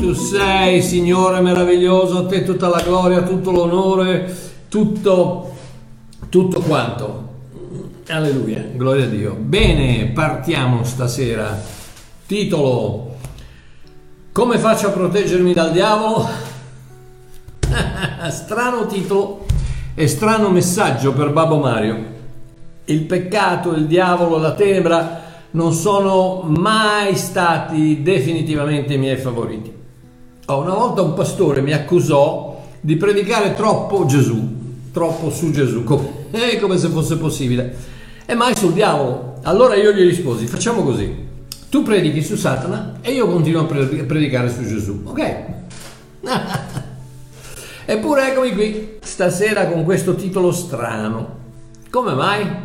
tu sei, Signore meraviglioso, a te tutta la gloria, tutto l'onore, tutto quanto. Alleluia, gloria a Dio. Bene, partiamo stasera. Titolo: come faccio a proteggermi dal diavolo? Strano titolo e strano messaggio per Babbo Mario. Il peccato, il diavolo, la tenebra non sono mai stati definitivamente i miei favoriti. Una volta un pastore mi accusò di predicare troppo su Gesù, come se fosse possibile, e mai sul diavolo. Allora io gli risposi: facciamo così, tu predichi su Satana e io continuo a predicare su Gesù, ok? Eppure eccomi qui stasera con questo titolo strano. Come mai?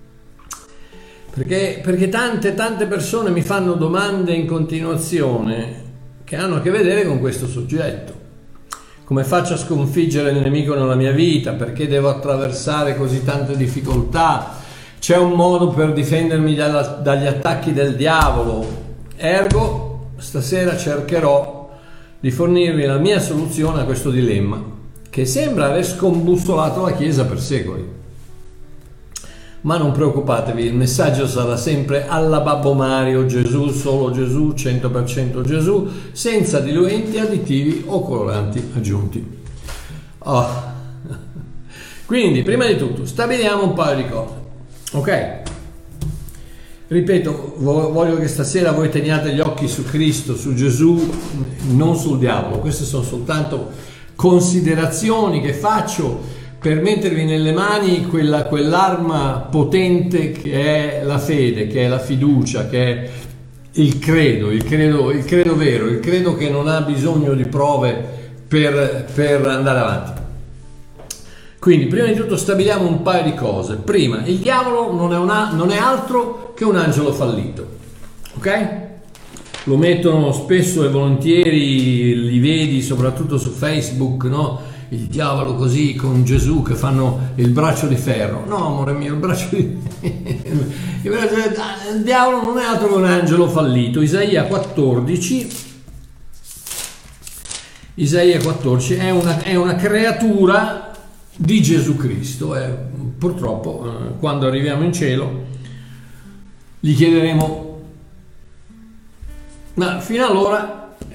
Perché tante persone mi fanno domande in continuazione che hanno a che vedere con questo soggetto. Come faccio a sconfiggere il nemico nella mia vita? Perché devo attraversare così tante difficoltà? C'è un modo per difendermi dagli attacchi del diavolo? Ergo, stasera cercherò di fornirvi la mia soluzione a questo dilemma che sembra aver scombussolato la Chiesa per secoli. Ma non preoccupatevi, il messaggio sarà sempre alla Babbo Mario: Gesù, solo Gesù, 100% Gesù, senza diluenti, additivi o coloranti aggiunti. Quindi, prima di tutto, stabiliamo un paio di cose, ok? Ripeto, voglio che stasera voi teniate gli occhi su Cristo, su Gesù, non sul diavolo. Queste sono soltanto considerazioni che faccio per mettervi nelle mani quell'arma potente che è la fede, che è la fiducia, che è il credo vero, il credo che non ha bisogno di prove per andare avanti. Quindi, prima di tutto stabiliamo un paio di cose. Prima, il diavolo non è altro che un angelo fallito, ok? Lo mettono spesso e volentieri, li vedi soprattutto su Facebook, no? Il diavolo così con Gesù che fanno il braccio di ferro. No, amore mio, il diavolo non è altro che un angelo fallito. Isaia 14 è una creatura di Gesù Cristo. Purtroppo quando arriviamo in cielo gli chiederemo, ma fino allora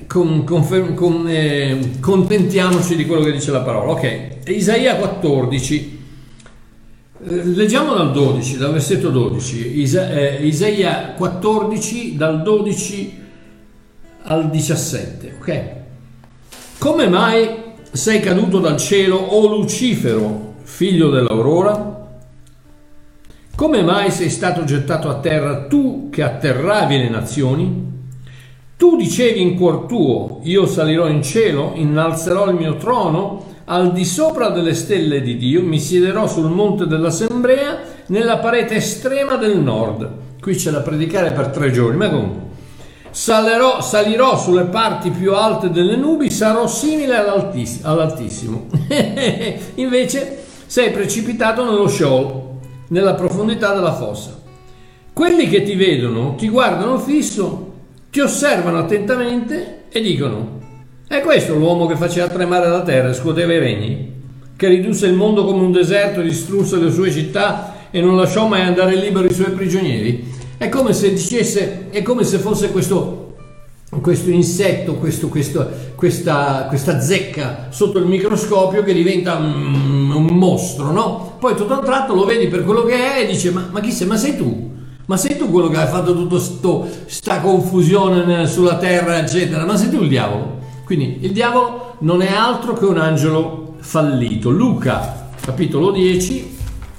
contentiamoci di quello che dice la parola. Ok, Isaia 14, leggiamo dal versetto 12. Isaia 14 dal 12 al 17, ok? Come mai sei caduto dal cielo, o Lucifero, figlio dell'aurora? Come mai sei stato gettato a terra, tu che atterravi le nazioni? Tu dicevi in cuor tuo: io salirò in cielo, innalzerò il mio trono al di sopra delle stelle di Dio, mi siederò sul monte dell'assemblea, nella parete estrema del nord. Qui c'è da predicare per 3 giorni, ma comunque. Salirò sulle parti più alte delle nubi, sarò simile all'Altissimo. Invece sei precipitato nello Sheol, nella profondità della fossa. Quelli che ti vedono, ti guardano fisso, ti osservano attentamente e dicono: è questo l'uomo che faceva tremare la terra e scuoteva i regni, che ridusse il mondo come un deserto e distrusse le sue città e non lasciò mai andare liberi i suoi prigionieri? È come se dicesse, è come se fosse questo insetto, questa zecca sotto il microscopio che diventa un mostro, no? Poi tutto a un tratto lo vedi per quello che è e dice: ma chi sei? Ma sei tu? Ma sei tu quello che hai fatto tutto sta confusione sulla terra, eccetera? Ma sei tu il diavolo? Quindi il diavolo non è altro che un angelo fallito. Luca capitolo 10,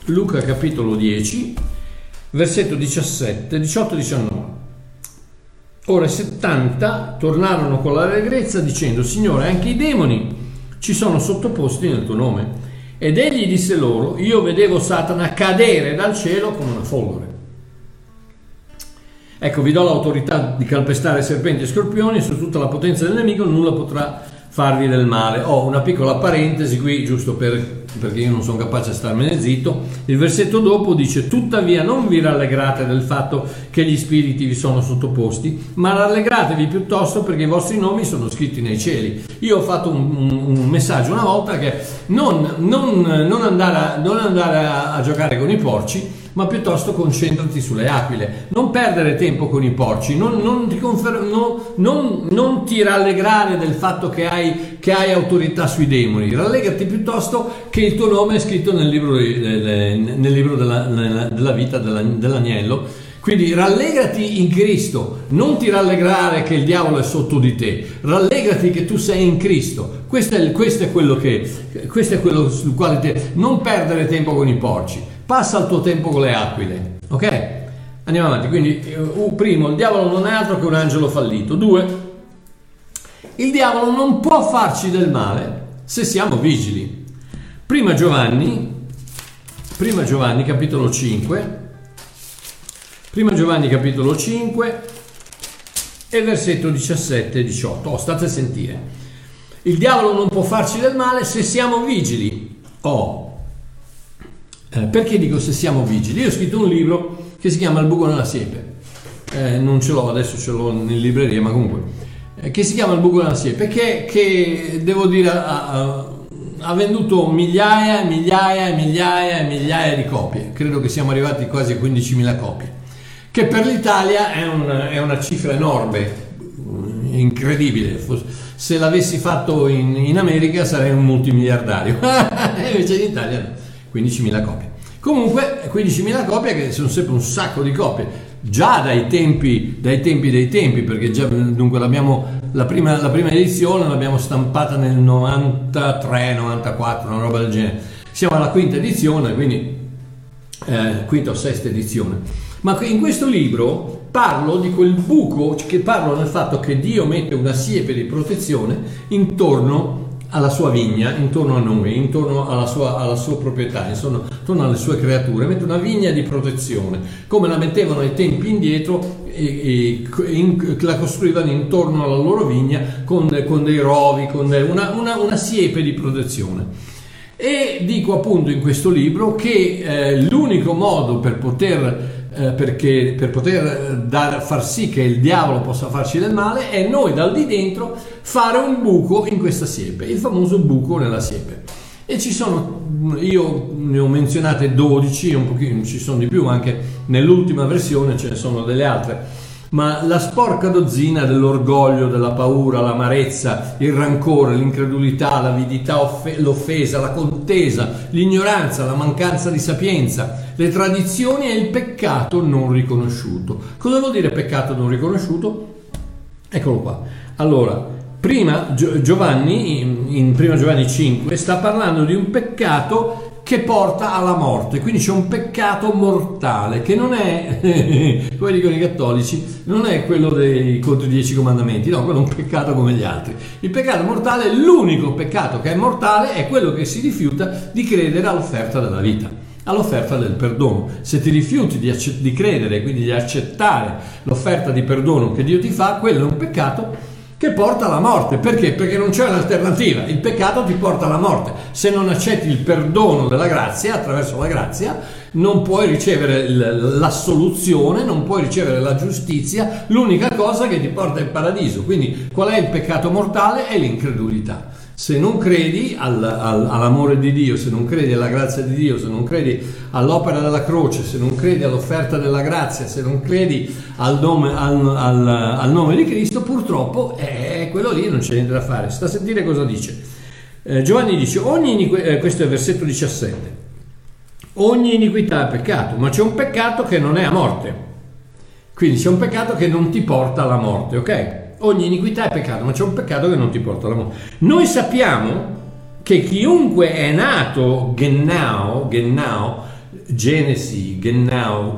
versetto 17, 18 e 19. Ora 70 tornarono con l'allegrezza dicendo: Signore, anche i demoni ci sono sottoposti nel tuo nome. Ed egli disse loro: io vedevo Satana cadere dal cielo come una folgore. Ecco, vi do l'autorità di calpestare serpenti e scorpioni, e su tutta la potenza del nemico nulla potrà farvi del male. Ho una piccola parentesi qui, giusto perché io non sono capace di starmene zitto. Il versetto dopo dice: tuttavia non vi rallegrate del fatto che gli spiriti vi sono sottoposti, ma rallegratevi piuttosto perché i vostri nomi sono scritti nei cieli. Io ho fatto un messaggio una volta che non andare a giocare con i porci, ma piuttosto concentrati sulle aquile, non perdere tempo con i porci, non ti rallegrare del fatto che hai autorità sui demoni, rallegrati piuttosto che il tuo nome è scritto nel libro della vita dell'agnello. Quindi rallegrati in Cristo, non ti rallegrare che il diavolo è sotto di te, rallegrati che tu sei in Cristo. Questo è quello sul quale non perdere tempo con i porci, passa il tuo tempo con le aquile, ok? Andiamo avanti. Quindi primo, il diavolo non è altro che un angelo fallito. 2, il diavolo non può farci del male se siamo vigili. Prima Giovanni capitolo 5. Prima Giovanni capitolo 5 e versetto 17 e 18. State a sentire. Il diavolo non può farci del male se siamo vigili. Perché dico se siamo vigili? Io ho scritto un libro che si chiama Il buco nella siepe. Non ce l'ho adesso, ce l'ho in libreria, ma comunque. Che si chiama Il buco nella siepe, che devo dire ha venduto migliaia di copie. Credo che siamo arrivati quasi a 15.000 copie. Che per l'Italia è una cifra enorme, incredibile. Se l'avessi fatto in America sarei un multimiliardario, invece in Italia no. 15.000 copie. Comunque 15.000 copie che sono sempre un sacco di copie, già dai tempi, perché già dunque la prima edizione l'abbiamo stampata nel 93-94, una roba del genere. Siamo alla quinta edizione, quindi quinta o sesta edizione. Ma in questo libro parlo di quel buco, che parlo del fatto che Dio mette una siepe di protezione intorno alla sua vigna, intorno a noi, intorno alla sua proprietà, intorno alle sue creature, mette una vigna di protezione, come la mettevano ai tempi indietro, la costruivano intorno alla loro vigna con dei rovi, con una siepe di protezione. E dico appunto in questo libro che l'unico modo per poter far sì che il diavolo possa farci del male è noi dal di dentro fare un buco in questa siepe, il famoso buco nella siepe. E io ne ho menzionate 12, un pochino, ci sono di più anche nell'ultima versione, ce ne sono delle altre, ma la sporca dozzina dell'orgoglio, della paura, l'amarezza, il rancore, l'incredulità, l'avidità, l'offesa, la contesa, l'ignoranza, la mancanza di sapienza, le tradizioni e il peccato non riconosciuto. Cosa vuol dire peccato non riconosciuto? Eccolo qua. Allora, prima Giovanni, in prima Giovanni 5, sta parlando di un peccato che porta alla morte, quindi c'è un peccato mortale che non è, come dicono i cattolici, non è quello dei contro i 10 comandamenti, no, quello è un peccato come gli altri. Il peccato mortale, l'unico peccato che è mortale, è quello che si rifiuta di credere all'offerta della vita, all'offerta del perdono. Se ti rifiuti di credere, quindi di accettare l'offerta di perdono che Dio ti fa, quello è un peccato che porta alla morte. Perché? Perché non c'è un'alternativa. Il peccato ti porta alla morte. Se non accetti il perdono della grazia, attraverso la grazia, non puoi ricevere l'assoluzione, non puoi ricevere la giustizia, l'unica cosa che ti porta in paradiso. Quindi qual è il peccato mortale? È l'incredulità. Se non credi all'amore di Dio, se non credi alla grazia di Dio, se non credi all'opera della croce, se non credi all'offerta della grazia, se non credi al nome di Cristo, purtroppo è quello lì, non c'è niente da fare. Sta a sentire cosa dice. Giovanni dice, questo è il versetto 17, ogni iniquità è peccato, ma c'è un peccato che non è a morte. Quindi c'è un peccato che non ti porta alla morte, ok? Ogni iniquità è peccato, ma c'è un peccato che non ti porta alla morte. Noi sappiamo che chiunque è nato Gennao, Genesi, Gennao,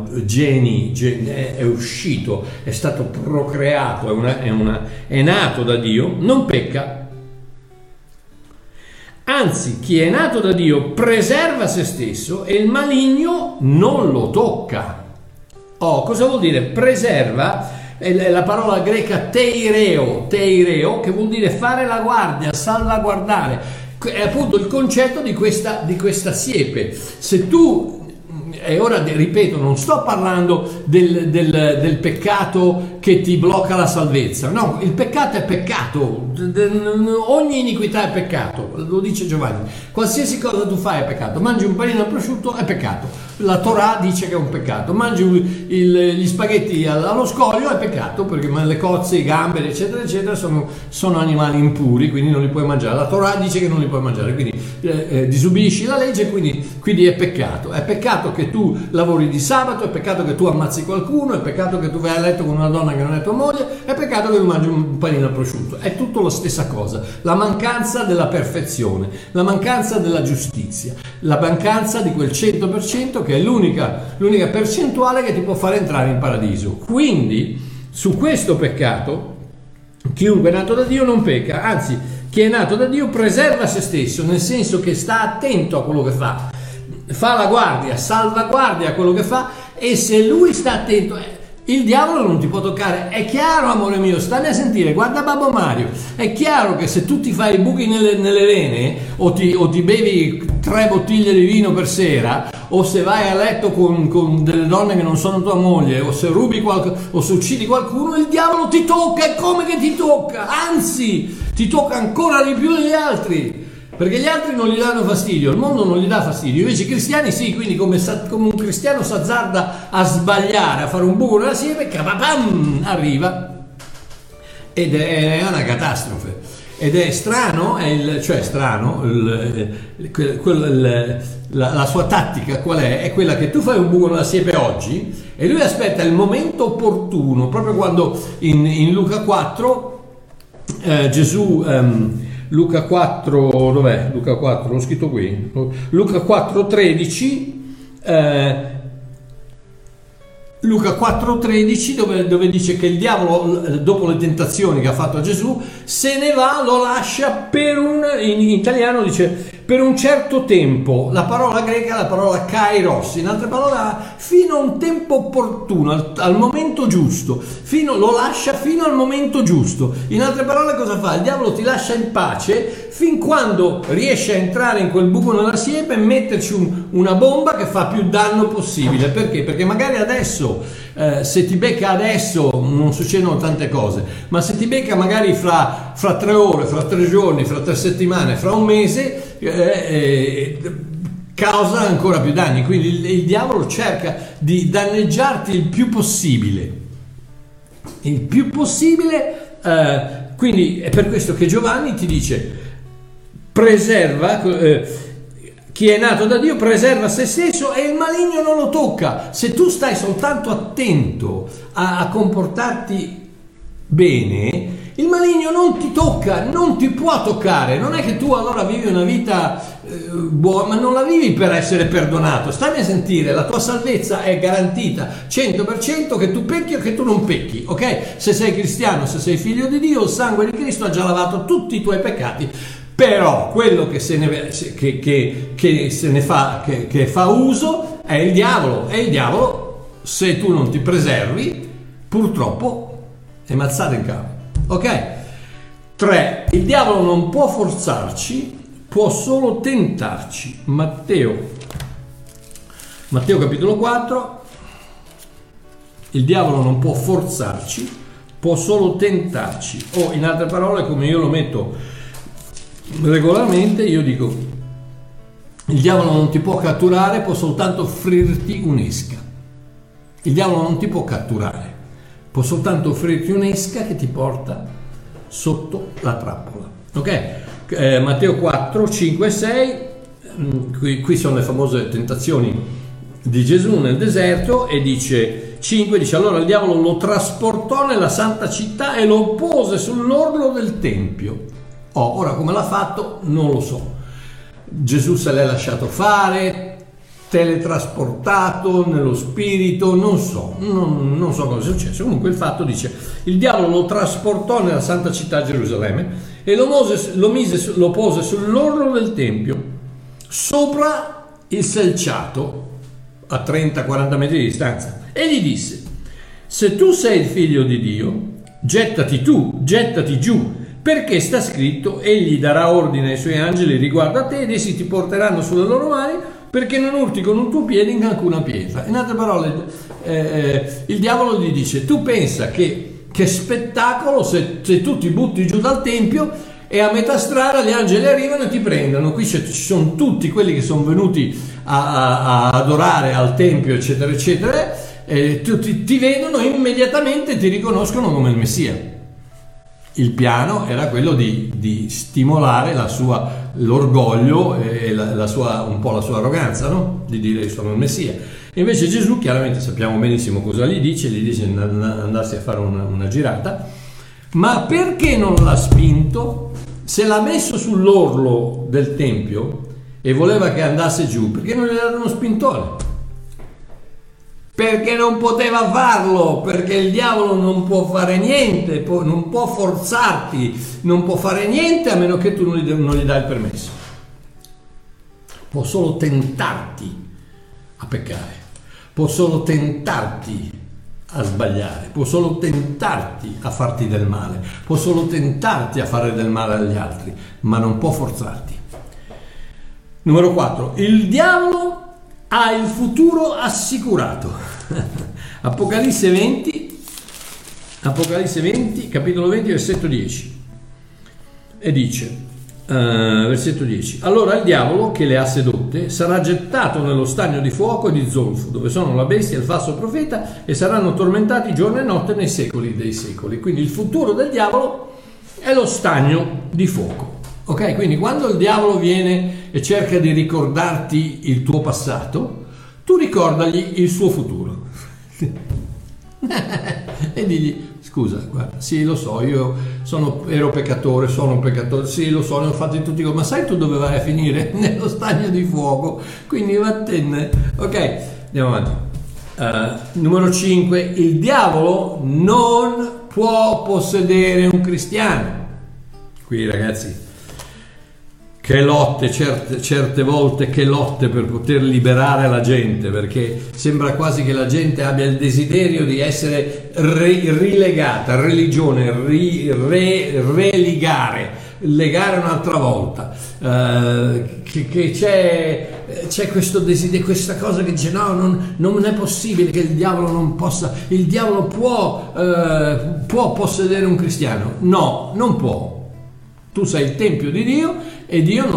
è uscito, è stato procreato, è nato da Dio, non pecca. Anzi, chi è nato da Dio preserva se stesso e il maligno non lo tocca. Cosa vuol dire preserva? è la parola greca teireo, che vuol dire fare la guardia, salvaguardare. È appunto il concetto di questa siepe. Se tu, e ora ripeto, non sto parlando del peccato che ti blocca la salvezza, no, il peccato è peccato, ogni iniquità è peccato, lo dice Giovanni, qualsiasi cosa tu fai è peccato, mangi un panino al prosciutto è peccato, la Torah dice che è un peccato, mangi gli spaghetti allo scoglio è peccato, perché le cozze, i gamberi eccetera eccetera sono animali impuri, quindi non li puoi mangiare, la Torah dice che non li puoi mangiare, quindi disubbidisci la legge, quindi è peccato che tu lavori di sabato, è peccato che tu ammazzi qualcuno, è peccato che tu vai a letto con una donna che non è tua moglie, è peccato che tu mangi un panino al prosciutto, è tutto la stessa cosa, la mancanza della perfezione, la mancanza della giustizia, la mancanza di quel 100% che è l'unica percentuale che ti può fare entrare in paradiso. Quindi su questo peccato chiunque è nato da Dio non pecca, anzi chi è nato da Dio preserva se stesso, nel senso che sta attento a quello che fa la guardia, salvaguardia quello che fa, e se lui sta attento, il diavolo non ti può toccare. È chiaro, amore mio, stammi a sentire, guarda Babbo Mario, è chiaro che se tu ti fai i buchi nelle vene o ti bevi 3 bottiglie di vino per sera, o se vai a letto con delle donne che non sono tua moglie, o se rubi o se uccidi qualcuno, il diavolo ti tocca, è come che ti tocca, anzi ti tocca ancora di più degli altri, perché gli altri non gli danno fastidio, il mondo non gli dà fastidio, invece i cristiani sì, quindi come un cristiano s'azzarda a sbagliare, a fare un buco nella siepe, capapam, arriva, ed è una catastrofe, ed è strano, la sua tattica qual è? È quella che tu fai un buco nella siepe oggi e lui aspetta il momento opportuno, proprio quando in Luca 4 Gesù... Luca 4, dov'è? Luca 4, l'ho scritto qui. Luca 4,13 Luca 4,13 dove dice che il diavolo, dopo le tentazioni che ha fatto a Gesù, se ne va, lo lascia in italiano dice per un certo tempo, la parola greca è la parola kairos, in altre parole fino a un tempo opportuno, al momento giusto, lo lascia fino al momento giusto, in altre parole cosa fa? Il diavolo ti lascia in pace fin quando riesce a entrare in quel buco nella siepe e metterci una bomba che fa più danno possibile. Perché? Perché magari adesso, se ti becca adesso non succedono tante cose, ma se ti becca magari fra 3 ore, fra 3 giorni, fra 3 settimane, fra un mese, causa ancora più danni. Quindi il diavolo cerca di danneggiarti il più possibile, quindi è per questo che Giovanni ti dice preserva, chi è nato da Dio preserva se stesso e il maligno non lo tocca. Se tu stai soltanto attento a comportarti bene, il maligno non ti tocca, non ti può toccare. Non è che tu allora vivi una vita buona, ma non la vivi per essere perdonato. Stammi a sentire, la tua salvezza è garantita 100% che tu pecchi o che tu non pecchi, ok? Se sei cristiano, se sei figlio di Dio, il sangue di Cristo ha già lavato tutti i tuoi peccati. Però quello che se ne fa uso è il diavolo, e il diavolo, se tu non ti preservi, purtroppo è mazzato in capo. Ok? 3. Il diavolo non può forzarci, può solo tentarci. Matteo capitolo 4. Il diavolo non può forzarci, può solo tentarci. O in altre parole, come io lo metto regolarmente, io dico: il diavolo non ti può catturare, può soltanto offrirti un'esca. Il diavolo non ti può catturare, può soltanto offrirti un'esca che ti porta sotto la trappola. Ok? Matteo 4, 5 e 6, qui sono le famose tentazioni di Gesù nel deserto, e dice 5, dice: allora il diavolo lo trasportò nella santa città e lo pose sull'orlo del tempio. Ora come l'ha fatto non lo so. Gesù se l'è lasciato fare, teletrasportato nello spirito, non so cosa è successo. Comunque il fatto dice: il diavolo lo trasportò nella santa città Gerusalemme e lo pose sull'orlo del tempio, sopra il selciato, a 30-40 metri di distanza, e gli disse: se tu sei il figlio di Dio, gettati giù, perché sta scritto, egli darà ordine ai suoi angeli riguardo a te ed essi ti porteranno sulle loro mani perché non urti con un tuo piede in alcuna pietra. In altre parole, il diavolo gli dice, tu pensa che spettacolo se tu ti butti giù dal tempio e a metà strada gli angeli arrivano e ti prendono. Qui ci sono tutti quelli che sono venuti a adorare al tempio, eccetera, eccetera, ti vedono immediatamente e ti riconoscono come il Messia. Il piano era quello di stimolare l'orgoglio e un po' la sua arroganza, no? Di dire io sono il Messia. E invece Gesù, chiaramente sappiamo benissimo cosa gli dice andarsi a fare una girata, ma perché non l'ha spinto? Se l'ha messo sull'orlo del tempio e voleva che andasse giù, perché non gli ha dato uno spintone? Perché non poteva farlo, perché il diavolo non può fare niente, non può forzarti, non può fare niente a meno che tu non gli dai il permesso. Può solo tentarti a peccare, può solo tentarti a sbagliare, può solo tentarti a farti del male, può solo tentarti a fare del male agli altri, ma non può forzarti. Numero 4. Il diavolo ha il futuro assicurato. Apocalisse 20, capitolo 20, versetto 10. E dice, versetto 10: allora il diavolo che le ha sedotte sarà gettato nello stagno di fuoco e di zolfo, dove sono la bestia e il falso profeta, e saranno tormentati giorno e notte nei secoli dei secoli. Quindi il futuro del diavolo è lo stagno di fuoco. Ok, quindi quando il diavolo viene e cerca di ricordarti il tuo passato, tu ricordagli il suo futuro e digli, scusa, guarda, sì lo so, io ero peccatore, sono un peccatore, sì lo so, ne ho fatti tutti, ma sai tu dove vai a finire? Nello stagno di fuoco, quindi vattene. Ok, andiamo avanti. Numero 5, il diavolo non può possedere un cristiano. Qui ragazzi, che lotte, certe volte che lotte per poter liberare la gente, perché sembra quasi che la gente abbia il desiderio di essere rilegata, religione, legare un'altra volta, che c'è questo desiderio, questa cosa che dice no, non è possibile che il diavolo non possa, il diavolo può possedere un cristiano. No, non può. Tu sei il tempio di Dio e Dio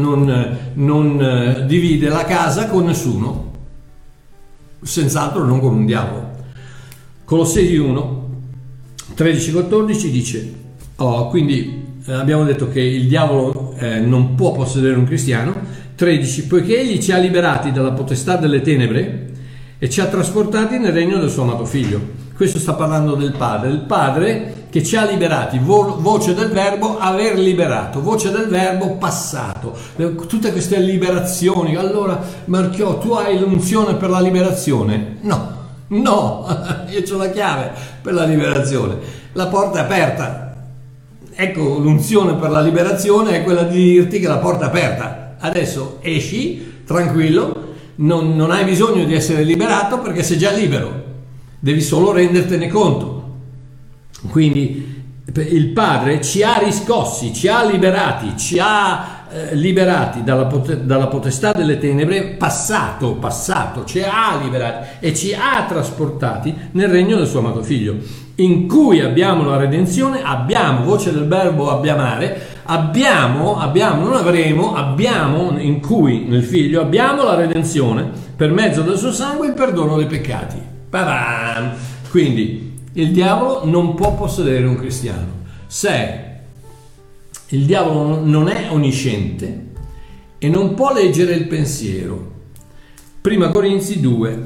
non divide la casa con nessuno, senz'altro non con un diavolo. Colossesi 1, 13-14 dice, quindi abbiamo detto che il diavolo non può possedere un cristiano. 13, poiché egli ci ha liberati dalla potestà delle tenebre e ci ha trasportati nel regno del suo amato figlio. Questo sta parlando del Padre, il Padre che ci ha liberati, voce del verbo aver liberato, voce del verbo passato, tutte queste liberazioni. Allora Marchiò, tu hai l'unzione per la liberazione? No, io ho la chiave per la liberazione, la porta è aperta. Ecco, l'unzione per la liberazione è quella di dirti che la porta è aperta, adesso esci tranquillo, non hai bisogno di essere liberato perché sei già libero, devi solo rendertene conto. Quindi il Padre ci ha riscossi, ci ha liberati, liberati dalla potestà delle tenebre, passato, ci ha liberati e ci ha trasportati nel regno del suo amato figlio, in cui abbiamo la redenzione, abbiamo, voce del verbo abbiamare, abbiamo, non avremo, abbiamo, in cui nel figlio abbiamo la redenzione per mezzo del suo sangue, il perdono dei peccati. Ba-bam! Quindi il diavolo non può possedere un cristiano. Se il diavolo non è onnisciente e non può leggere il pensiero. Prima Corinzi 2,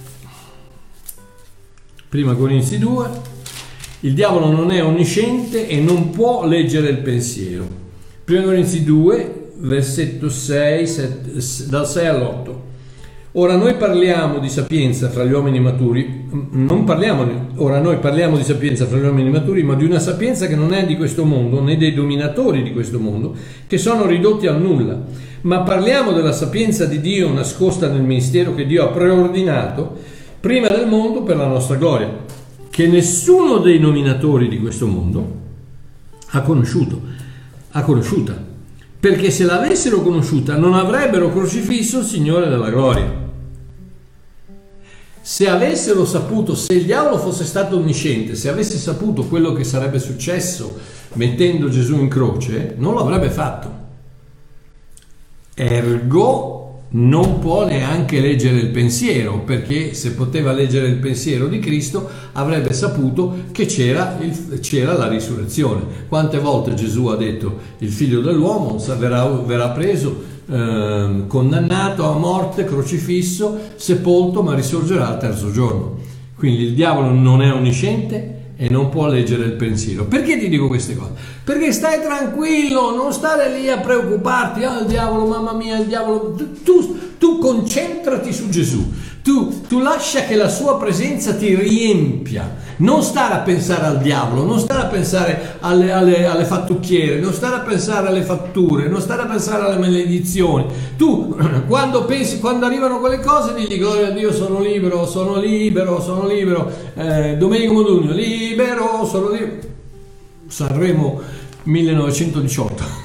il diavolo non è onnisciente e non può leggere il pensiero. Prima Corinzi 2, versetto 6, dal 6 all'8. Ora noi parliamo di sapienza fra gli uomini maturi, ora noi parliamo di sapienza fra gli uomini maturi, ma di una sapienza che non è di questo mondo, né dei dominatori di questo mondo, che sono ridotti al nulla, ma parliamo della sapienza di Dio nascosta nel mistero che Dio ha preordinato prima del mondo per la nostra gloria, che nessuno dei nominatori di questo mondo ha conosciuta, perché se l'avessero conosciuta non avrebbero crocifisso il Signore della gloria. Se avessero saputo, se il diavolo fosse stato onnisciente, se avesse saputo quello che sarebbe successo mettendo Gesù in croce, non l'avrebbe fatto. Ergo non può neanche leggere il pensiero, perché se poteva leggere il pensiero di Cristo avrebbe saputo che c'era la risurrezione. Quante volte Gesù ha detto: il figlio dell'uomo verrà preso, condannato a morte, crocifisso, sepolto, ma risorgerà al terzo giorno. Quindi il diavolo non è onnisciente e non può leggere il pensiero. Perché ti dico queste cose? Perché stai tranquillo, non stare lì a preoccuparti: il diavolo, mamma mia, il diavolo. Tu concentrati su Gesù, tu lascia che la sua presenza ti riempia, non stare a pensare al diavolo, non stare a pensare alle fattucchiere, non stare a pensare alle fatture, non stare a pensare alle maledizioni. Tu quando arrivano quelle cose digli: gloria a Dio, sono libero, Domenico Modugno, libero, sono libero. Sanremo 1918.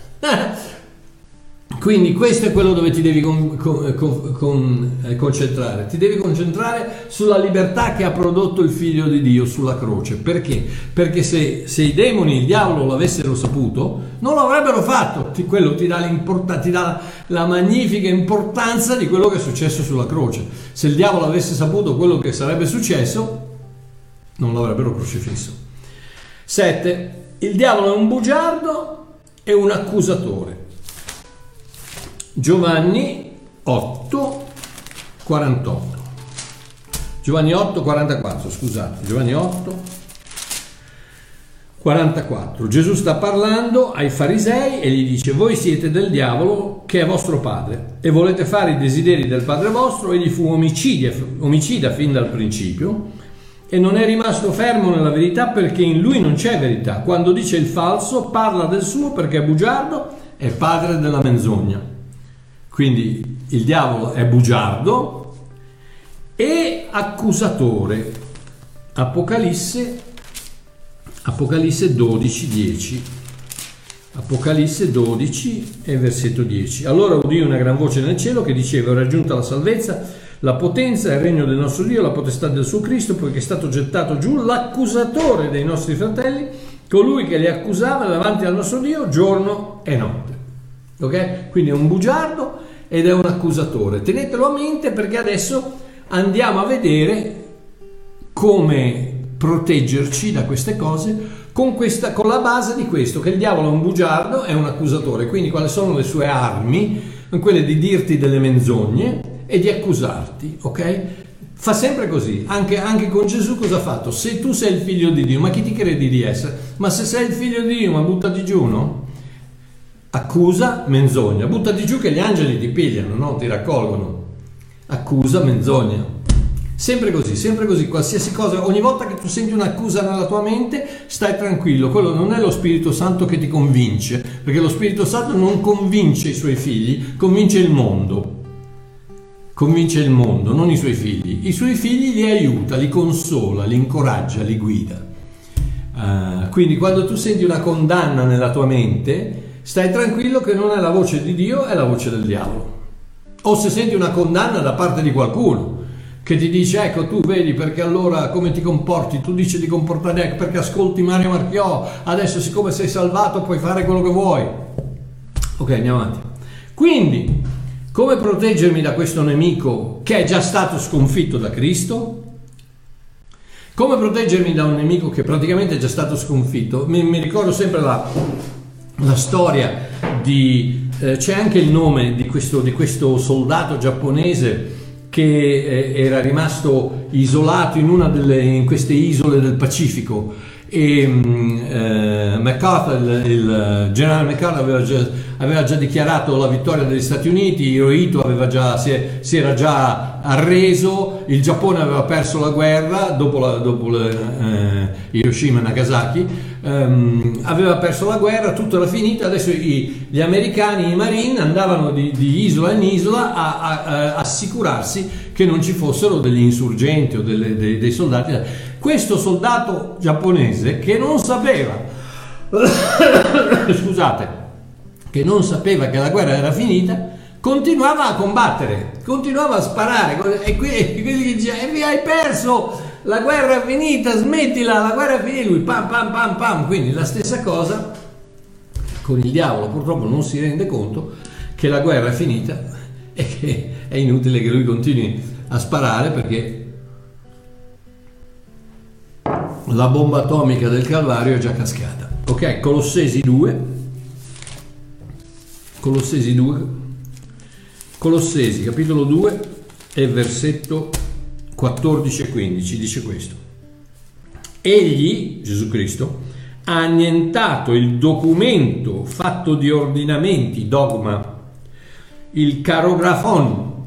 Quindi questo è quello dove ti devi concentrare. Ti devi concentrare sulla libertà che ha prodotto il Figlio di Dio sulla croce. Perché? Perché se i demoni, il diavolo l'avessero saputo, non lo avrebbero fatto. Quello ti dà la magnifica importanza di quello che è successo sulla croce. Se il diavolo avesse saputo quello che sarebbe successo, non l'avrebbero crocifisso. 7. Il diavolo è un bugiardo e un accusatore. Giovanni 8, 48. Giovanni 8, 44, scusate. Giovanni 8, 44. Gesù sta parlando ai farisei e gli dice: voi siete del diavolo, che è vostro padre, e volete fare i desideri del padre vostro. Egli fu omicida fin dal principio e non è rimasto fermo nella verità, perché in lui non c'è verità. Quando dice il falso, parla del suo, perché è bugiardo e padre della menzogna. Quindi il diavolo è bugiardo e accusatore. Apocalisse 12, 10. Apocalisse 12 e versetto 10. Allora udì una gran voce nel cielo che diceva: è raggiunta la salvezza, la potenza e il regno del nostro Dio, la potestà del suo Cristo, poiché è stato gettato giù l'accusatore dei nostri fratelli, colui che li accusava davanti al nostro Dio giorno e notte. Ok? Quindi è un bugiardo ed è un accusatore. Tenetelo a mente, perché adesso andiamo a vedere come proteggerci da queste cose con la base di questo, che il diavolo è un bugiardo, è un accusatore. Quindi quali sono le sue armi? Quelle di dirti delle menzogne e di accusarti, ok? Fa sempre così. Anche con Gesù cosa ha fatto? Se tu sei il figlio di Dio, ma chi ti credi di essere? Ma se sei il figlio di Dio, ma buttati giù, no? Accusa, menzogna, buttati giù che gli angeli ti pigliano, no? Ti raccolgono. Accusa, menzogna. Sempre così, qualsiasi cosa, ogni volta che tu senti un'accusa nella tua mente, stai tranquillo, quello non è lo Spirito Santo che ti convince, perché lo Spirito Santo non convince i suoi figli, convince il mondo, non i suoi figli. I suoi figli li aiuta, li consola, li incoraggia, li guida. Quindi quando tu senti una condanna nella tua mente, stai tranquillo che non è la voce di Dio, è la voce del diavolo. O se senti una condanna da parte di qualcuno che ti dice: ecco, tu vedi perché allora come ti comporti, tu dici di comportare perché ascolti Mario Marchiò, adesso siccome sei salvato puoi fare quello che vuoi. Ok, andiamo avanti. Quindi, come proteggermi da questo nemico che è già stato sconfitto da Cristo? Come proteggermi da un nemico che praticamente è già stato sconfitto? Mi ricordo sempre la storia di c'è anche il nome di questo soldato giapponese che era rimasto isolato in queste isole del Pacifico, e MacArthur, il generale MacArthur aveva già dichiarato la vittoria degli Stati Uniti, Hirohito si era già arreso, il Giappone aveva perso la guerra dopo Hiroshima e Nagasaki, aveva perso la guerra, tutto era finito. Adesso gli americani, i Marine, andavano di isola in isola a assicurarsi che non ci fossero degli insurgenti o dei soldati, questo soldato giapponese che non sapeva, scusate, che non sapeva che la guerra era finita, continuava a combattere, continuava a sparare, e quelli dicevano: hai perso, la guerra è finita, smettila, la guerra è finita. Lui pam pam pam pam. Quindi la stessa cosa con il diavolo, purtroppo non si rende conto che la guerra è finita e che è inutile che lui continui a sparare, perché la bomba atomica del Calvario è già cascata. Ok, Colossesi 2, Colossesi capitolo 2 e versetto 14 e 15 dice questo: egli, Gesù Cristo, ha annientato il documento fatto di ordinamenti, dogma, il carografion,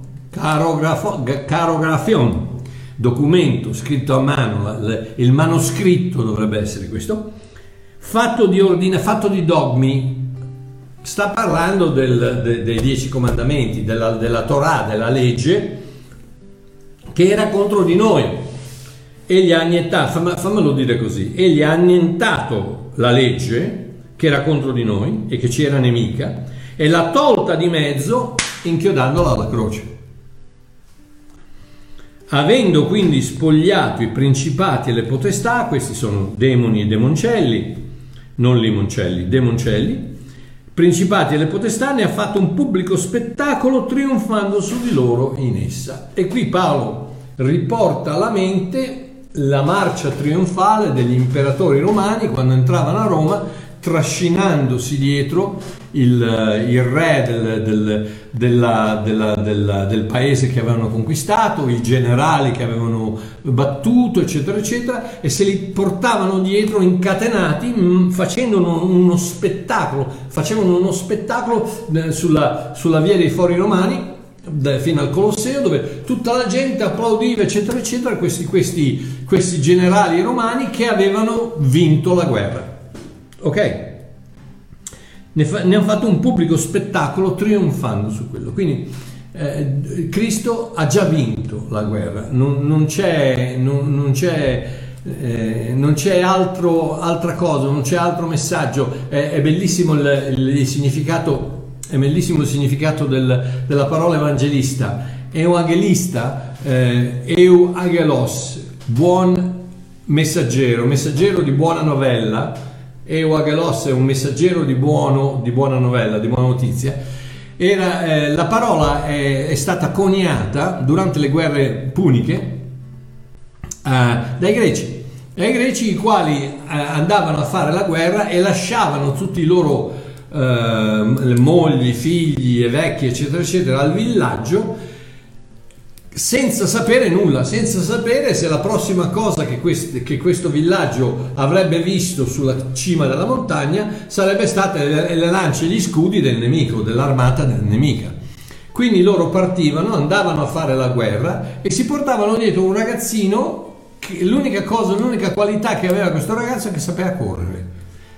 documento scritto a mano, il manoscritto dovrebbe essere questo, fatto di dogmi. Sta parlando dei 10 comandamenti, della Torah, della legge, che era contro di noi. Egli ha annientato, fammelo dire così, egli ha annientato la legge che era contro di noi e che ci era nemica, e l'ha tolta di mezzo inchiodandola alla croce. Avendo quindi spogliato i principati e le potestà, questi sono demoni e demoncelli, non limoncelli, demoncelli, principati e le potestà, ne ha fatto un pubblico spettacolo trionfando su di loro in essa. E qui Paolo riporta alla mente la marcia trionfale degli imperatori romani quando entravano a Roma, trascinandosi dietro il re del paese che avevano conquistato, i generali che avevano battuto, eccetera eccetera, e se li portavano dietro incatenati, facevano uno spettacolo sulla via dei Fori Romani fino al Colosseo, dove tutta la gente applaudiva, eccetera eccetera, questi generali romani che avevano vinto la guerra. Ok? Ne hanno fatto un pubblico spettacolo trionfando su quello. Quindi Cristo ha già vinto la guerra, non c'è altra cosa, non c'è altro messaggio. È bellissimo il significato. È bellissimo il significato della parola evangelista. Euangelista, euangelos, buon messaggero di buona novella. Euangelos è un messaggero di buona novella, di buona notizia. La parola è stata coniata durante le guerre puniche dai greci. Ai greci, i quali andavano a fare la guerra e lasciavano tutti i loro le mogli, figli e vecchi, eccetera eccetera, al villaggio, senza sapere nulla, senza sapere se la prossima cosa che questo villaggio avrebbe visto sulla cima della montagna sarebbe state le lance e gli scudi del nemico, dell'armata nemica. Quindi loro partivano, andavano a fare la guerra e si portavano dietro un ragazzino che l'unica qualità che aveva questo ragazzo è che sapeva correre.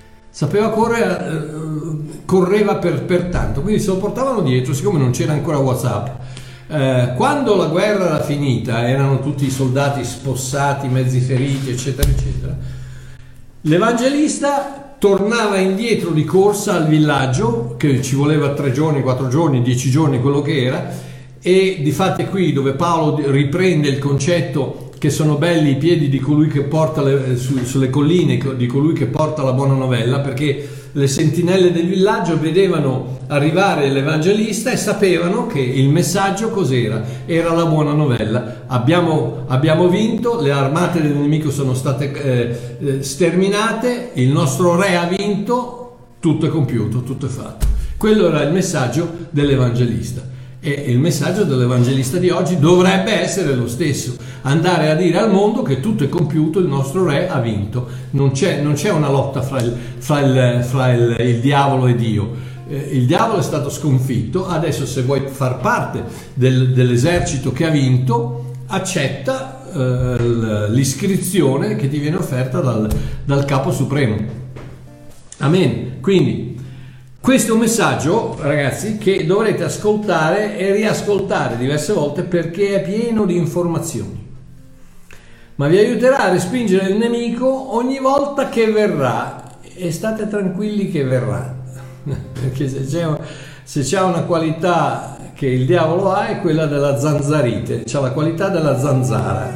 Correva per tanto, quindi se lo portavano dietro, siccome non c'era ancora WhatsApp. Quando la guerra era finita, erano tutti i soldati spossati, mezzi feriti, eccetera eccetera, l'evangelista tornava indietro di corsa al villaggio, che ci voleva 3 giorni, 4 giorni, 10 giorni, quello che era, e difatti è qui dove Paolo riprende il concetto che sono belli i piedi di colui che porta sulle colline, di colui che porta la buona novella, perché le sentinelle del villaggio vedevano arrivare l'evangelista e sapevano che il messaggio cos'era? Era la buona novella. Abbiamo vinto, le armate del nemico sono state sterminate, il nostro re ha vinto, tutto è compiuto, tutto è fatto. Quello era il messaggio dell'evangelista. E il messaggio dell'evangelista di oggi dovrebbe essere lo stesso: andare a dire al mondo che tutto è compiuto, il nostro re ha vinto, non c'è una lotta fra il diavolo e Dio. Il diavolo è stato sconfitto, adesso se vuoi far parte dell'esercito che ha vinto, accetta l'iscrizione che ti viene offerta dal capo supremo. Amen. Quindi questo è un messaggio, ragazzi, che dovrete ascoltare e riascoltare diverse volte, perché è pieno di informazioni. ma vi aiuterà a respingere il nemico ogni volta che verrà, e state tranquilli che verrà, perché se c'è una qualità che il diavolo ha è quella della zanzarite, c'ha la qualità della zanzara,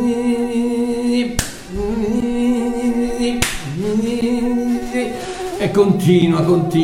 e continua.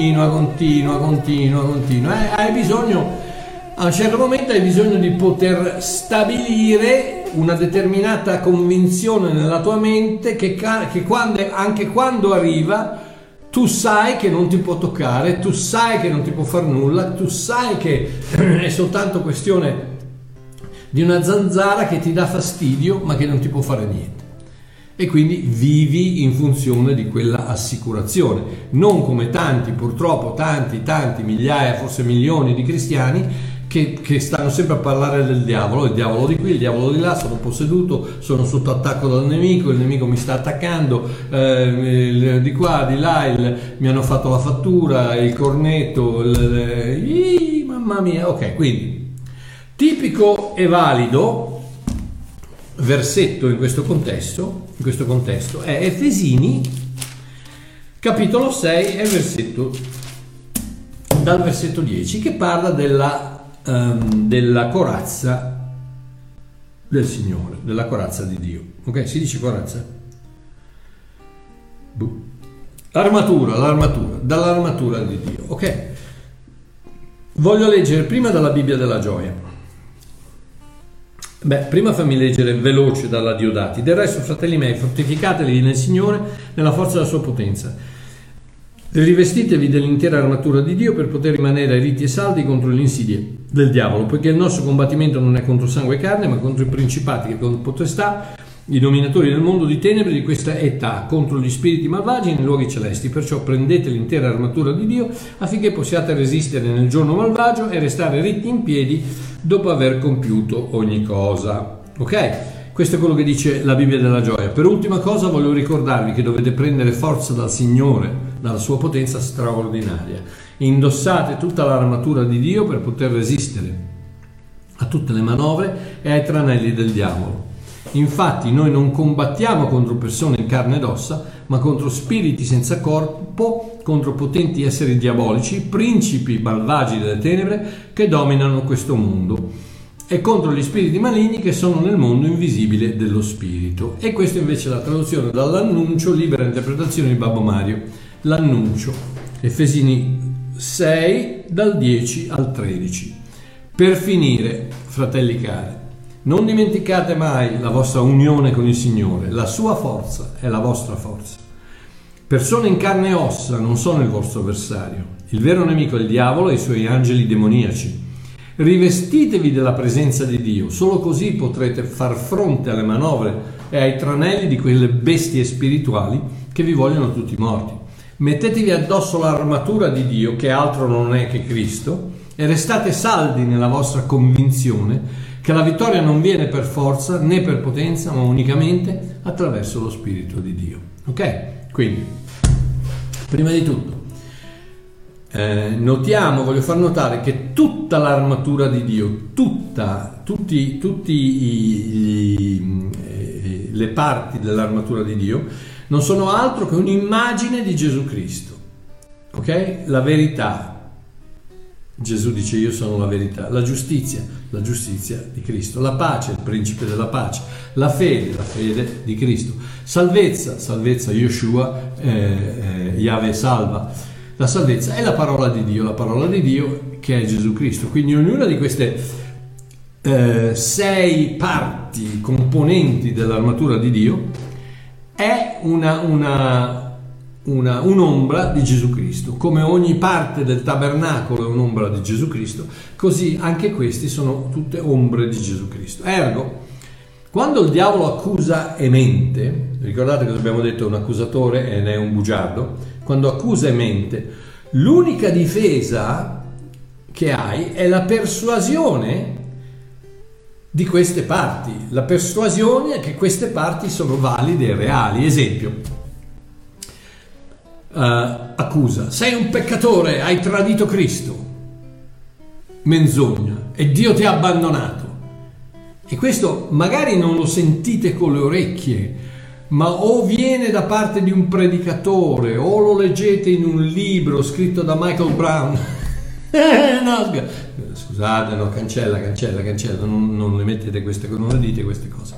Hai bisogno, a un certo momento hai bisogno di poter stabilire una determinata convinzione nella tua mente che anche quando arriva tu sai che non ti può toccare, tu sai che non ti può far nulla, tu sai che è soltanto questione di una zanzara che ti dà fastidio ma che non ti può fare niente. E quindi vivi in funzione di quella assicurazione, non come tanti, purtroppo tanti, migliaia, forse milioni di cristiani che stanno sempre a parlare del diavolo, il diavolo di qui, il diavolo di là, sono posseduto, sono sotto attacco dal nemico, il nemico mi sta attaccando, di qua, di là, mi hanno fatto la fattura, il cornetto, mamma mia. Ok, quindi tipico e valido versetto in questo contesto è Efesini capitolo 6 e dal versetto 10, che parla della corazza del Signore, della corazza di Dio. Ok, si dice corazza? Dall'armatura di Dio. Ok, voglio leggere prima dalla Bibbia della Gioia. Prima fammi leggere veloce dalla Diodati. Del resto, fratelli miei, fortificatevi nel Signore, nella forza della sua potenza. Rivestitevi dell'intera armatura di Dio per poter rimanere ritti e saldi contro le insidie del diavolo, poiché il nostro combattimento non è contro sangue e carne, ma contro i principati, contro potestà, i dominatori del mondo di tenebre di questa età, contro gli spiriti malvagi nei luoghi celesti. Perciò prendete l'intera armatura di Dio affinché possiate resistere nel giorno malvagio e restare ritti in piedi dopo aver compiuto ogni cosa. Ok? Questo è quello che dice la Bibbia della Gioia. Per ultima cosa voglio ricordarvi che dovete prendere forza dal Signore, dalla sua potenza straordinaria. Indossate tutta l'armatura di Dio per poter resistere a tutte le manovre e ai tranelli del diavolo. Infatti noi non combattiamo contro persone in carne ed ossa, ma contro spiriti senza corpo, contro potenti esseri diabolici, principi malvagi delle tenebre che dominano questo mondo, e contro gli spiriti maligni che sono nel mondo invisibile dello spirito. E questo invece è la traduzione dall'Annuncio, libera interpretazione di Babbo Mario. L'Annuncio, Efesini 6 dal 10 al 13. Per finire, fratelli cari, non dimenticate mai la vostra unione con il Signore, la sua forza è la vostra forza. Persone in carne e ossa non sono il vostro avversario. Il vero nemico è il diavolo e i suoi angeli demoniaci. Rivestitevi della presenza di Dio, solo così potrete far fronte alle manovre e ai tranelli di quelle bestie spirituali che vi vogliono tutti morti. Mettetevi addosso l'armatura di Dio, che altro non è che Cristo, e restate saldi nella vostra convinzione che la vittoria non viene per forza né per potenza, ma unicamente attraverso lo Spirito di Dio. Ok? Quindi, prima di tutto, voglio far notare che tutta l'armatura di Dio, tutte le parti dell'armatura di Dio non sono altro che un'immagine di Gesù Cristo. Ok? La verità. Gesù dice: io sono la verità. La giustizia di Cristo. La pace, il principe della pace. La fede di Cristo. Salvezza, Yeshua, Yahweh salva. La salvezza è la parola di Dio che è Gesù Cristo. Quindi ognuna di queste 6 parti componenti dell'armatura di Dio è un'ombra di Gesù Cristo. Come ogni parte del tabernacolo è un'ombra di Gesù Cristo, così anche questi sono tutte ombre di Gesù Cristo. Ergo, quando il diavolo accusa e mente, ricordate che abbiamo detto è un accusatore e ne è un bugiardo, quando accusa e mente, l'unica difesa che hai è la persuasione di queste parti, la persuasione che queste parti sono valide e reali. Esempio, accusa: sei un peccatore, hai tradito Cristo. Menzogna: e Dio ti ha abbandonato. E questo magari non lo sentite con le orecchie, ma o viene da parte di un predicatore o lo leggete in un libro scritto da Michael Brown. No, scusate, no, cancella, non le mettete queste cose, non le dite queste cose.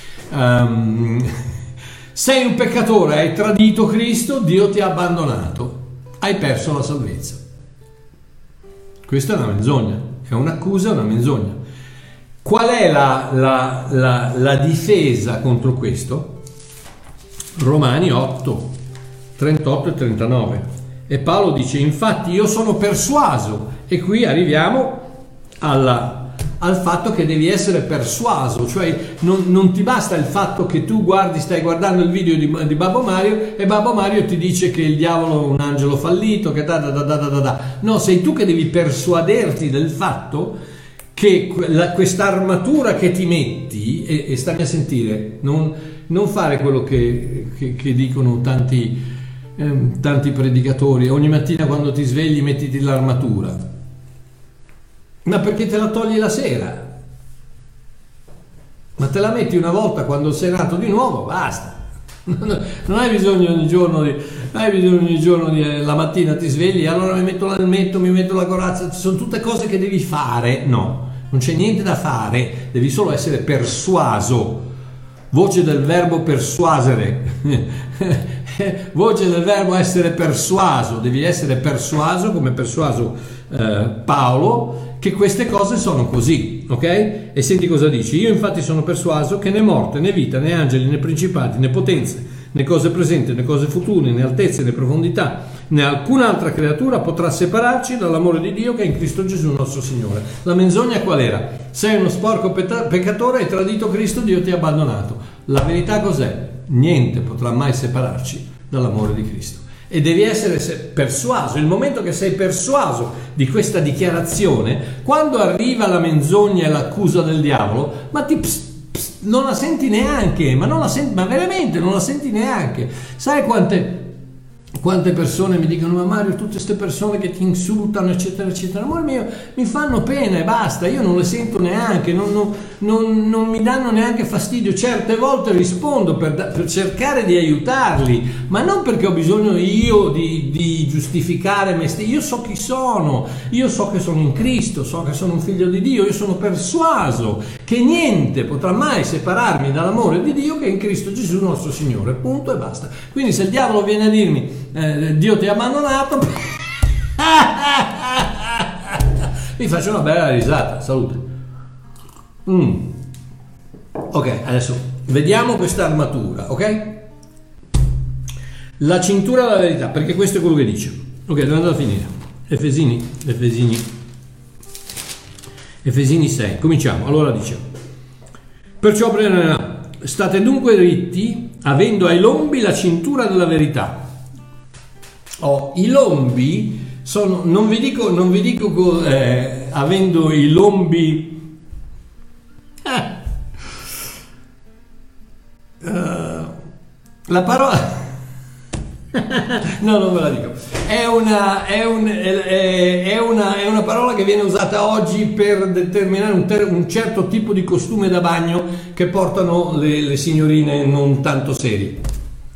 Sei un peccatore, hai tradito Cristo, Dio ti ha abbandonato, hai perso la salvezza. Questa è una menzogna, è un'accusa, una menzogna. Qual è la difesa contro questo? Romani 8, 38 e 39. E Paolo dice: infatti io sono persuaso, e qui arriviamo al fatto che devi essere persuaso, cioè non ti basta il fatto che tu stai guardando il video di Babbo Mario e Babbo Mario ti dice che il diavolo è un angelo fallito, che no, sei tu che devi persuaderti del fatto che questa armatura che ti metti, e stammi a sentire, non fare quello che dicono tanti predicatori: ogni mattina quando ti svegli mettiti l'armatura, ma perché te la togli la sera, ma te la metti una volta quando sei nato di nuovo, basta. Non hai bisogno ogni giorno la mattina ti svegli, allora mi metto l'elmetto, mi metto la corazza. Sono tutte cose che devi fare. No, non c'è niente da fare, devi solo essere persuaso. Voce del verbo persuasere. Voce del verbo essere persuaso. Devi essere persuaso, come persuaso Paolo, che queste cose sono così, ok? E senti cosa dici: io infatti sono persuaso che né morte, né vita, né angeli, né principati, né potenze, né cose presenti, né cose future, né altezze, né profondità, né alcun'altra creatura potrà separarci dall'amore di Dio che è in Cristo Gesù nostro Signore. La menzogna qual era? Sei uno sporco peccatore, hai tradito Cristo, Dio ti ha abbandonato. La verità cos'è? Niente potrà mai separarci dall'amore di Cristo. E devi essere persuaso. Il momento che sei persuaso di questa dichiarazione, quando arriva la menzogna e l'accusa del diavolo, ma non la senti neanche, ma veramente non la senti neanche. Sai quante persone mi dicono: ma Mario, tutte queste persone che ti insultano eccetera eccetera, amore mio, mi fanno pena e basta, io non le sento neanche, non mi danno neanche fastidio. Certe volte rispondo per cercare di aiutarli, ma non perché ho bisogno io di giustificare me stesso. Io so chi sono, io so che sono in Cristo, so che sono un figlio di Dio, io sono persuaso che niente potrà mai separarmi dall'amore di Dio che è in Cristo Gesù nostro Signore, punto e basta. Quindi se il diavolo viene a dirmi Dio ti ha abbandonato, mi faccio una bella risata. Salute. Ok, adesso vediamo questa armatura, ok? La cintura della verità, perché questo è quello che dice. Ok, dove andate a finire? Efesini 6, cominciamo. Allora dice: perciò state dunque dritti, avendo ai lombi la cintura della verità. I lombi sono, non vi dico avendo i lombi la parola no, non ve la dico. È una parola che viene usata oggi per determinare un certo tipo di costume da bagno che portano le signorine non tanto serie.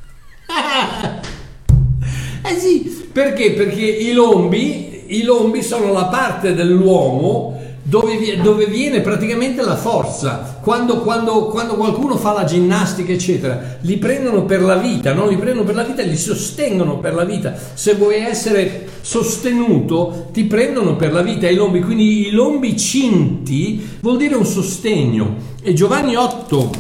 Sì, perché? Perché i lombi sono la parte dell'uomo dove viene praticamente la forza. Quando qualcuno fa la ginnastica eccetera, li prendono per la vita, no? Li prendono per la vita e li sostengono per la vita. Se vuoi essere sostenuto, ti prendono per la vita i lombi. Quindi i lombi cinti vuol dire un sostegno. E Giovanni 8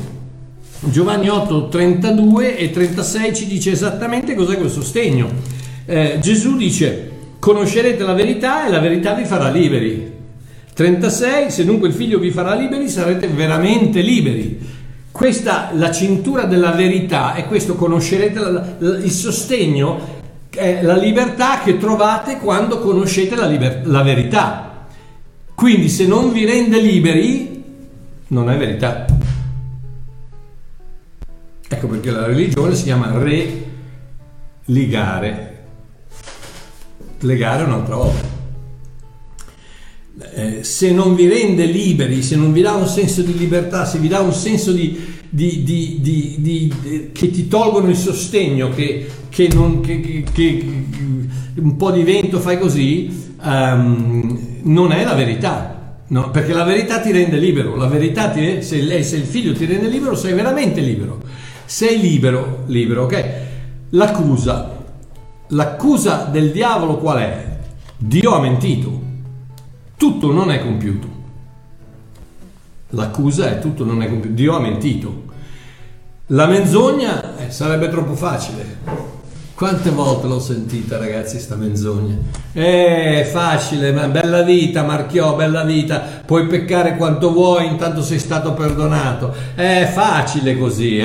32 e 36 ci dice esattamente cos'è quel sostegno. Gesù dice: conoscerete la verità e la verità vi farà liberi. 36, se dunque il figlio vi farà liberi, sarete veramente liberi. Questa, la cintura della verità, è questo: conoscerete il sostegno, è la libertà che trovate quando conoscete la verità. Quindi se non vi rende liberi, non è verità. Ecco perché la religione si chiama religare. Legare un'altra volta. se non vi rende liberi, se non vi dà un senso di libertà, se vi dà un senso che ti tolgono il sostegno, che un po' di vento fai così, non è la verità. No, perché la verità ti rende libero, la verità se il figlio ti rende libero, sei veramente libero, sei libero, ok? L'accusa del diavolo qual è? Dio ha mentito, tutto non è compiuto. L'accusa è tutto non è compiuto, Dio ha mentito. La menzogna sarebbe troppo facile. Quante volte l'ho sentita, ragazzi, sta menzogna? Facile, ma bella vita, Marchiò, bella vita, puoi peccare quanto vuoi, intanto sei stato perdonato. È facile così,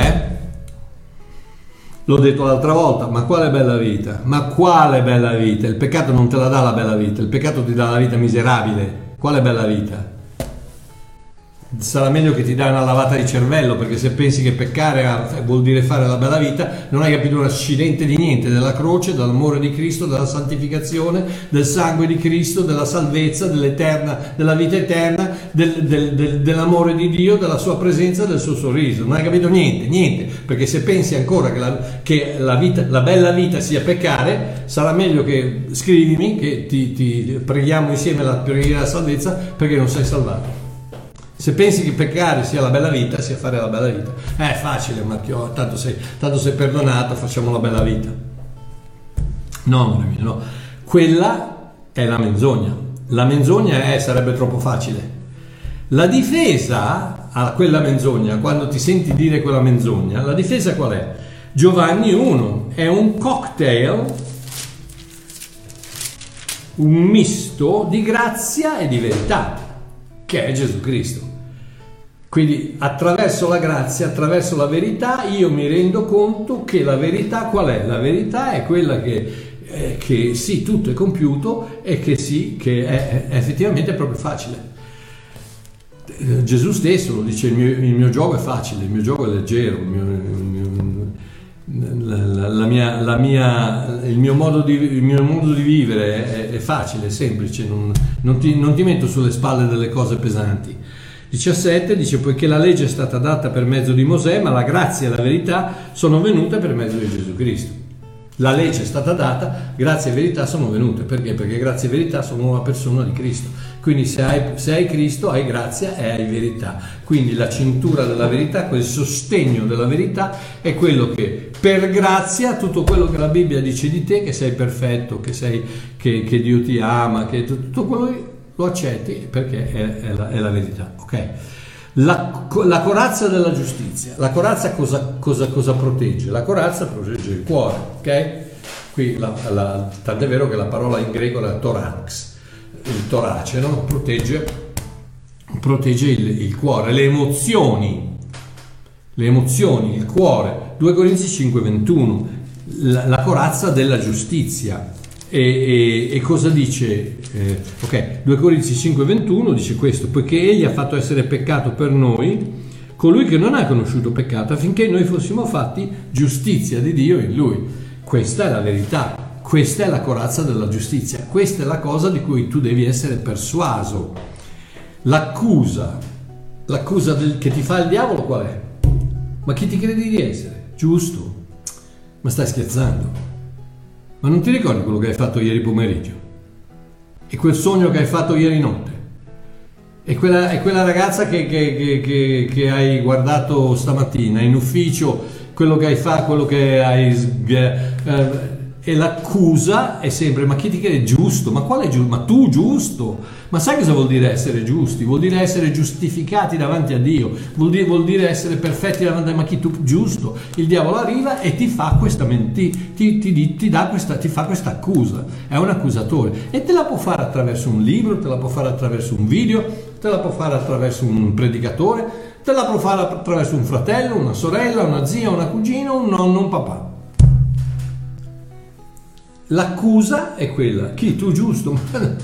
L'ho detto l'altra volta, ma quale bella vita? Ma quale bella vita? Il peccato non te la dà la bella vita, il peccato ti dà la vita miserabile. Quale bella vita? Sarà meglio che ti dai una lavata di cervello, perché se pensi che peccare vuol dire fare la bella vita, non hai capito un accidente di niente della croce, dell'amore di Cristo, della santificazione, del sangue di Cristo, della salvezza, dell'eterna, della vita eterna, dell'amore di Dio, della sua presenza, del suo sorriso. Non hai capito niente, perché se pensi ancora che la bella vita sia peccare, sarà meglio che scrivimi, che ti preghiamo insieme la preghiera della salvezza, perché non sei salvato. Se pensi che peccare sia la bella vita, sia fare la bella vita, è facile, Marchiò, tanto sei perdonato, facciamo la bella vita. No, amore mio, no. Quella è la menzogna. La menzogna sarebbe troppo facile. La difesa a quella menzogna, quando ti senti dire quella menzogna, la difesa qual è? Giovanni 1, è un cocktail, un misto di grazia e di verità, che è Gesù Cristo. Quindi attraverso la grazia, attraverso la verità, io mi rendo conto che la verità qual è? La verità è quella che sì, tutto è compiuto, e che sì, che è effettivamente proprio facile. Gesù stesso lo dice, il mio gioco è facile, il mio gioco è leggero, il mio modo di vivere è facile, è semplice, non ti metto sulle spalle delle cose pesanti. 17 dice: poiché la legge è stata data per mezzo di Mosè, ma la grazia e la verità sono venute per mezzo di Gesù Cristo. La legge è stata data, grazia e verità sono venute. Perché? Perché grazia e verità sono una persona di Cristo. Quindi se hai Cristo, hai grazia e hai verità. Quindi la cintura della verità, quel sostegno della verità, è quello che per grazia, tutto quello che la Bibbia dice di te, che sei perfetto, che Dio ti ama, che tutto quello lo accetti, perché è la verità, ok? La corazza della giustizia. La corazza cosa protegge? La corazza protegge il cuore, ok? Qui tant'è vero che la parola in greco è thorax, il torace, no? Protegge il cuore, le emozioni, il cuore. 2 Corinzi 5:21, la corazza della giustizia. E cosa dice? 2 Corinzi 5:21 dice questo: poiché egli ha fatto essere peccato per noi colui che non ha conosciuto peccato, affinché noi fossimo fatti giustizia di Dio in lui. Questa è la verità, questa è la corazza della giustizia, questa è la cosa di cui tu devi essere persuaso. L'accusa che ti fa il diavolo qual è? Ma chi ti credi di essere? Giusto? Ma stai scherzando? Ma non ti ricordi quello che hai fatto ieri pomeriggio? E quel sogno che hai fatto ieri notte? E quella ragazza che hai guardato stamattina in ufficio, quello che hai fatto, quello che hai... e l'accusa è sempre: ma chi ti crede giusto? Ma quale giusto? Ma tu giusto? Ma sai cosa vuol dire essere giusti? Vuol dire essere giustificati davanti a Dio, vuol dire essere perfetti davanti a... Ma chi? Tu giusto? Il diavolo arriva e ti fa questa ti fa questa accusa, è un accusatore, e te la può fare attraverso un libro, te la può fare attraverso un video, te la può fare attraverso un predicatore, te la può fare attraverso un fratello, una sorella, una zia, una cugina, un nonno, un papà. L'accusa è quella: chi? Tu giusto?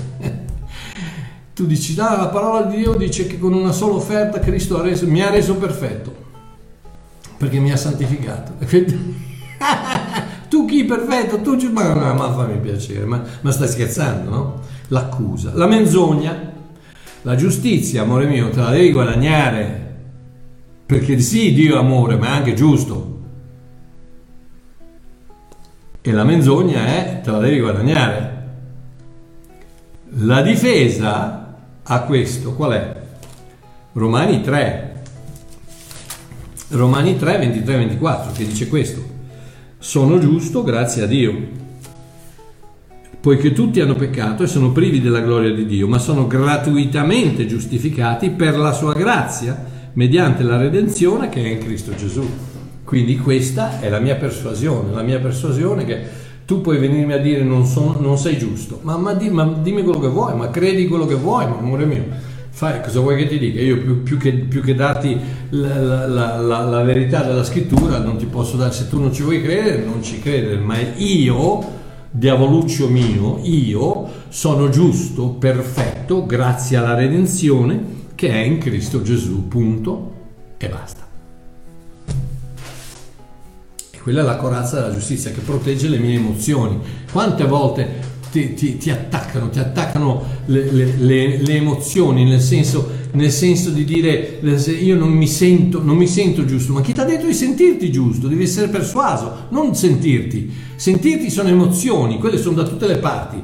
Tu dici: no, la parola di Dio dice che con una sola offerta Cristo mi ha reso perfetto, perché mi ha santificato. Tu chi? Perfetto? Tu ma fammi piacere, ma stai scherzando, no? L'accusa, la menzogna. La giustizia, amore mio, te la devi guadagnare, perché sì, Dio è amore, ma è anche giusto. E la menzogna è, te la devi guadagnare. La difesa a questo qual è? Romani 3, 23-24, che dice questo: sono giusto grazie a Dio, poiché tutti hanno peccato e sono privi della gloria di Dio, ma sono gratuitamente giustificati per la sua grazia mediante la redenzione che è in Cristo Gesù. Quindi questa è la mia persuasione che tu puoi venirmi a dire non sei giusto, ma dimmi quello che vuoi, ma credi quello che vuoi, ma amore mio, fai cosa vuoi che ti dica? Io più che darti la verità della scrittura non ti posso dare. Se tu non ci vuoi credere, non ci credere, ma io, diavoluccio mio, io sono giusto, perfetto, grazie alla redenzione che è in Cristo Gesù, punto e basta. Quella è la corazza della giustizia che protegge le mie emozioni. Quante volte ti attaccano le emozioni, nel senso di dire io non mi sento giusto. Ma chi ti ha detto di sentirti giusto? Devi essere persuaso, non sentirti. Sentirti sono emozioni, quelle sono da tutte le parti.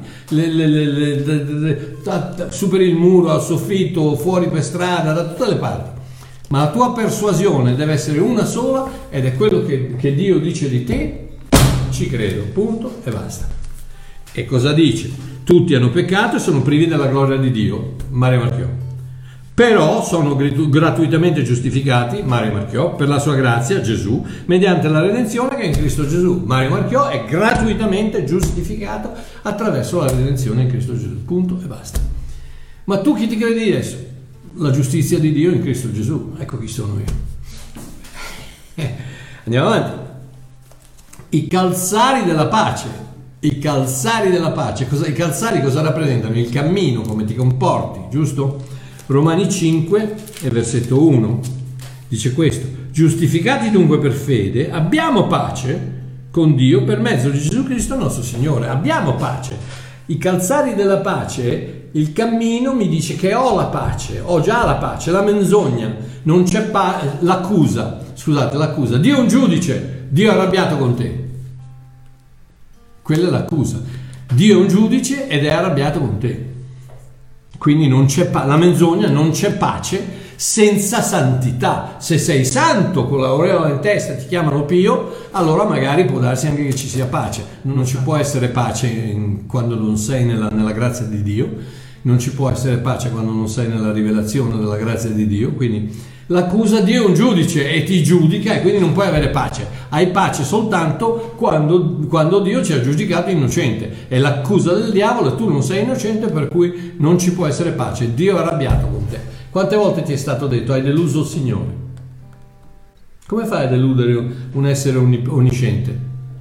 Superi il muro, al soffitto, fuori per strada, da tutte le parti. Ma la tua persuasione deve essere una sola, ed è quello che Dio dice di te. Ci credo, punto e basta. E cosa dice? Tutti hanno peccato e sono privi della gloria di Dio, Mario Marchiò. Però sono gratuitamente giustificati, Mario Marchiò, per la sua grazia, Gesù, mediante la redenzione che è in Cristo Gesù. Mario Marchiò è gratuitamente giustificato attraverso la redenzione in Cristo Gesù, punto e basta. Ma tu chi ti credi adesso? La giustizia di Dio in Cristo Gesù. Ecco chi sono io. Andiamo avanti. I calzari della pace. I calzari cosa rappresentano? Il cammino, come ti comporti, giusto? Romani 5 e versetto 1 dice questo: giustificati dunque per fede abbiamo pace con Dio per mezzo di Gesù Cristo nostro Signore. Abbiamo pace. I calzari della pace, il cammino mi dice che ho la pace, ho già la pace. La menzogna, non c'è l'accusa, Dio è un giudice, Dio è arrabbiato con te. Quella è l'accusa. Dio è un giudice ed è arrabbiato con te. Quindi non c'è la menzogna, non c'è pace senza santità. Se sei santo con l'aureola in testa e ti chiamano Pio, allora magari può darsi anche che ci sia pace. Non ci può essere pace quando non sei nella grazia di Dio, non ci può essere pace quando non sei nella rivelazione della grazia di Dio. Quindi l'accusa, Dio è un giudice e ti giudica, e quindi non puoi avere pace. Hai pace soltanto quando Dio ci ha giudicato innocente. È l'accusa del diavolo e tu non sei innocente, per cui non ci può essere pace. Dio è arrabbiato con te. Quante volte ti è stato detto hai deluso il Signore? Come fai a deludere un essere onnisciente?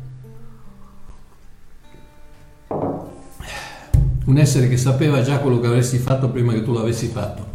Un essere che sapeva già quello che avresti fatto prima che tu l'avessi fatto.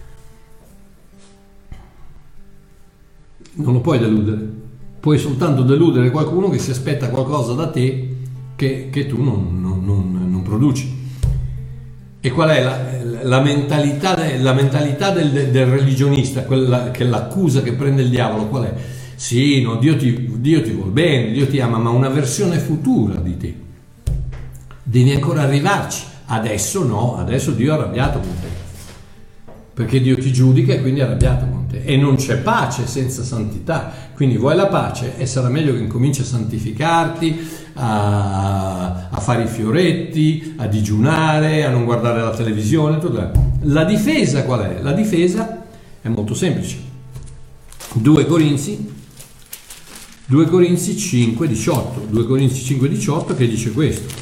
Non lo puoi deludere. Puoi soltanto deludere qualcuno che si aspetta qualcosa da te che tu non produci. E qual è la mentalità del religionista, quella che è l'accusa che prende il diavolo? Qual è? Sì, no, Dio ti vuole bene, Dio ti ama, ma una versione futura di te. Devi ancora arrivarci. Adesso no, adesso Dio è arrabbiato con te. Perché Dio ti giudica e quindi è arrabbiato con te. E non c'è pace senza santità. Quindi vuoi la pace e sarà meglio che incominci a santificarti, a fare i fioretti, a digiunare, a non guardare la televisione. La difesa qual è? La difesa è molto semplice. 2 Corinzi 5:18 che dice questo.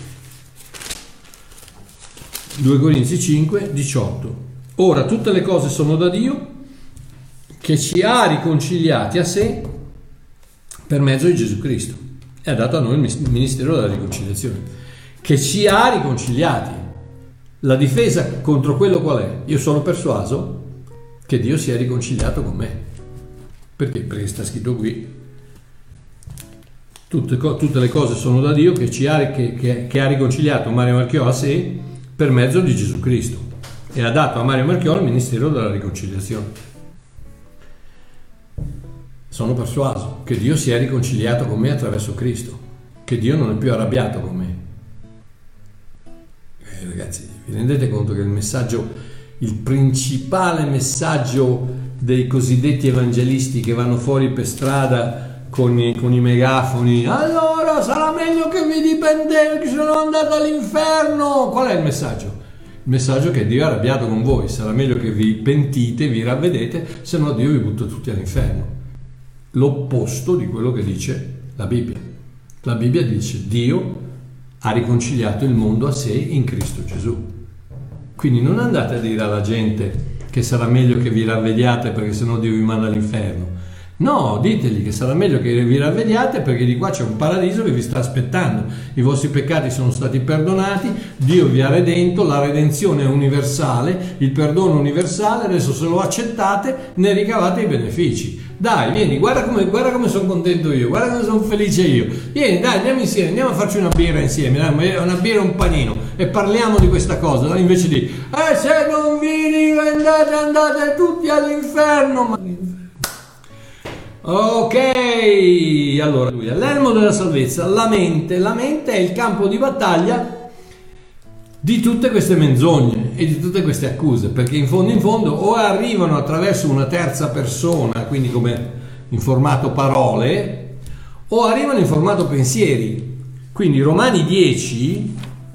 2 Corinzi 5:18. Ora tutte le cose sono da Dio, che ci ha riconciliati a sé per mezzo di Gesù Cristo e ha dato a noi il ministero della riconciliazione, che ci ha riconciliati. La difesa contro quello qual è? Io sono persuaso che Dio si è riconciliato con me. Perché? Perché sta scritto qui. Tutte le cose sono da Dio, che ha riconciliato Mario Marchiò a sé per mezzo di Gesù Cristo e ha dato a Mario Marchioro il ministero della riconciliazione. Sono persuaso che Dio si è riconciliato con me attraverso Cristo, che Dio non è più arrabbiato con me. Ragazzi, vi rendete conto che il principale messaggio dei cosiddetti evangelisti che vanno fuori per strada con i megafoni: allora sarà meglio che vi dipendete, che sono andato all'inferno. Qual è il messaggio? Il messaggio è che Dio è arrabbiato con voi, sarà meglio che vi pentite, vi ravvedete, se no Dio vi butta tutti all'inferno. L'opposto di quello che dice la Bibbia. La Bibbia dice: Dio ha riconciliato il mondo a sé in Cristo Gesù. Quindi non andate a dire alla gente che sarà meglio che vi ravvediate perché sennò Dio vi manda all'inferno. No, ditegli che sarà meglio che vi ravvediate perché di qua c'è un paradiso che vi sta aspettando. I vostri peccati sono stati perdonati, Dio vi ha redento, la redenzione è universale, il perdono è universale, adesso se lo accettate ne ricavate i benefici. Dai, vieni, guarda come sono contento io, guarda come sono felice io. Vieni, dai, andiamo insieme, andiamo a farci una birra insieme, dai, una birra e un panino e parliamo di questa cosa, dai, invece di se non vi rivendete andate tutti all'inferno. Ok, allora, l'elmo della salvezza, la mente è il campo di battaglia di tutte queste menzogne e di tutte queste accuse, perché in fondo o arrivano attraverso una terza persona, quindi come in formato parole, o arrivano in formato pensieri. Quindi Romani 10,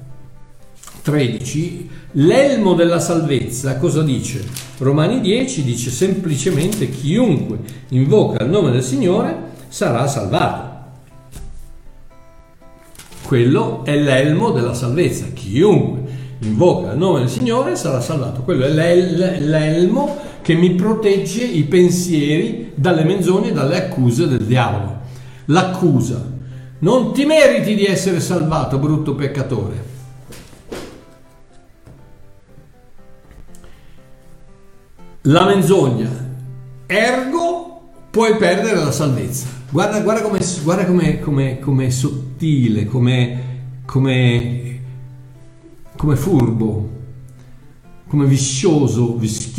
13, l'elmo della salvezza cosa dice? Romani 10 dice semplicemente: chiunque invoca il nome del Signore sarà salvato. Quello è l'elmo della salvezza. Chiunque invoca il nome del Signore sarà salvato. Quello è l'elmo che mi protegge i pensieri dalle menzogne e dalle accuse del diavolo. L'accusa: non ti meriti di essere salvato, brutto peccatore. La menzogna: ergo puoi perdere la salvezza. Guarda com'è sottile, com'è furbo, come vischioso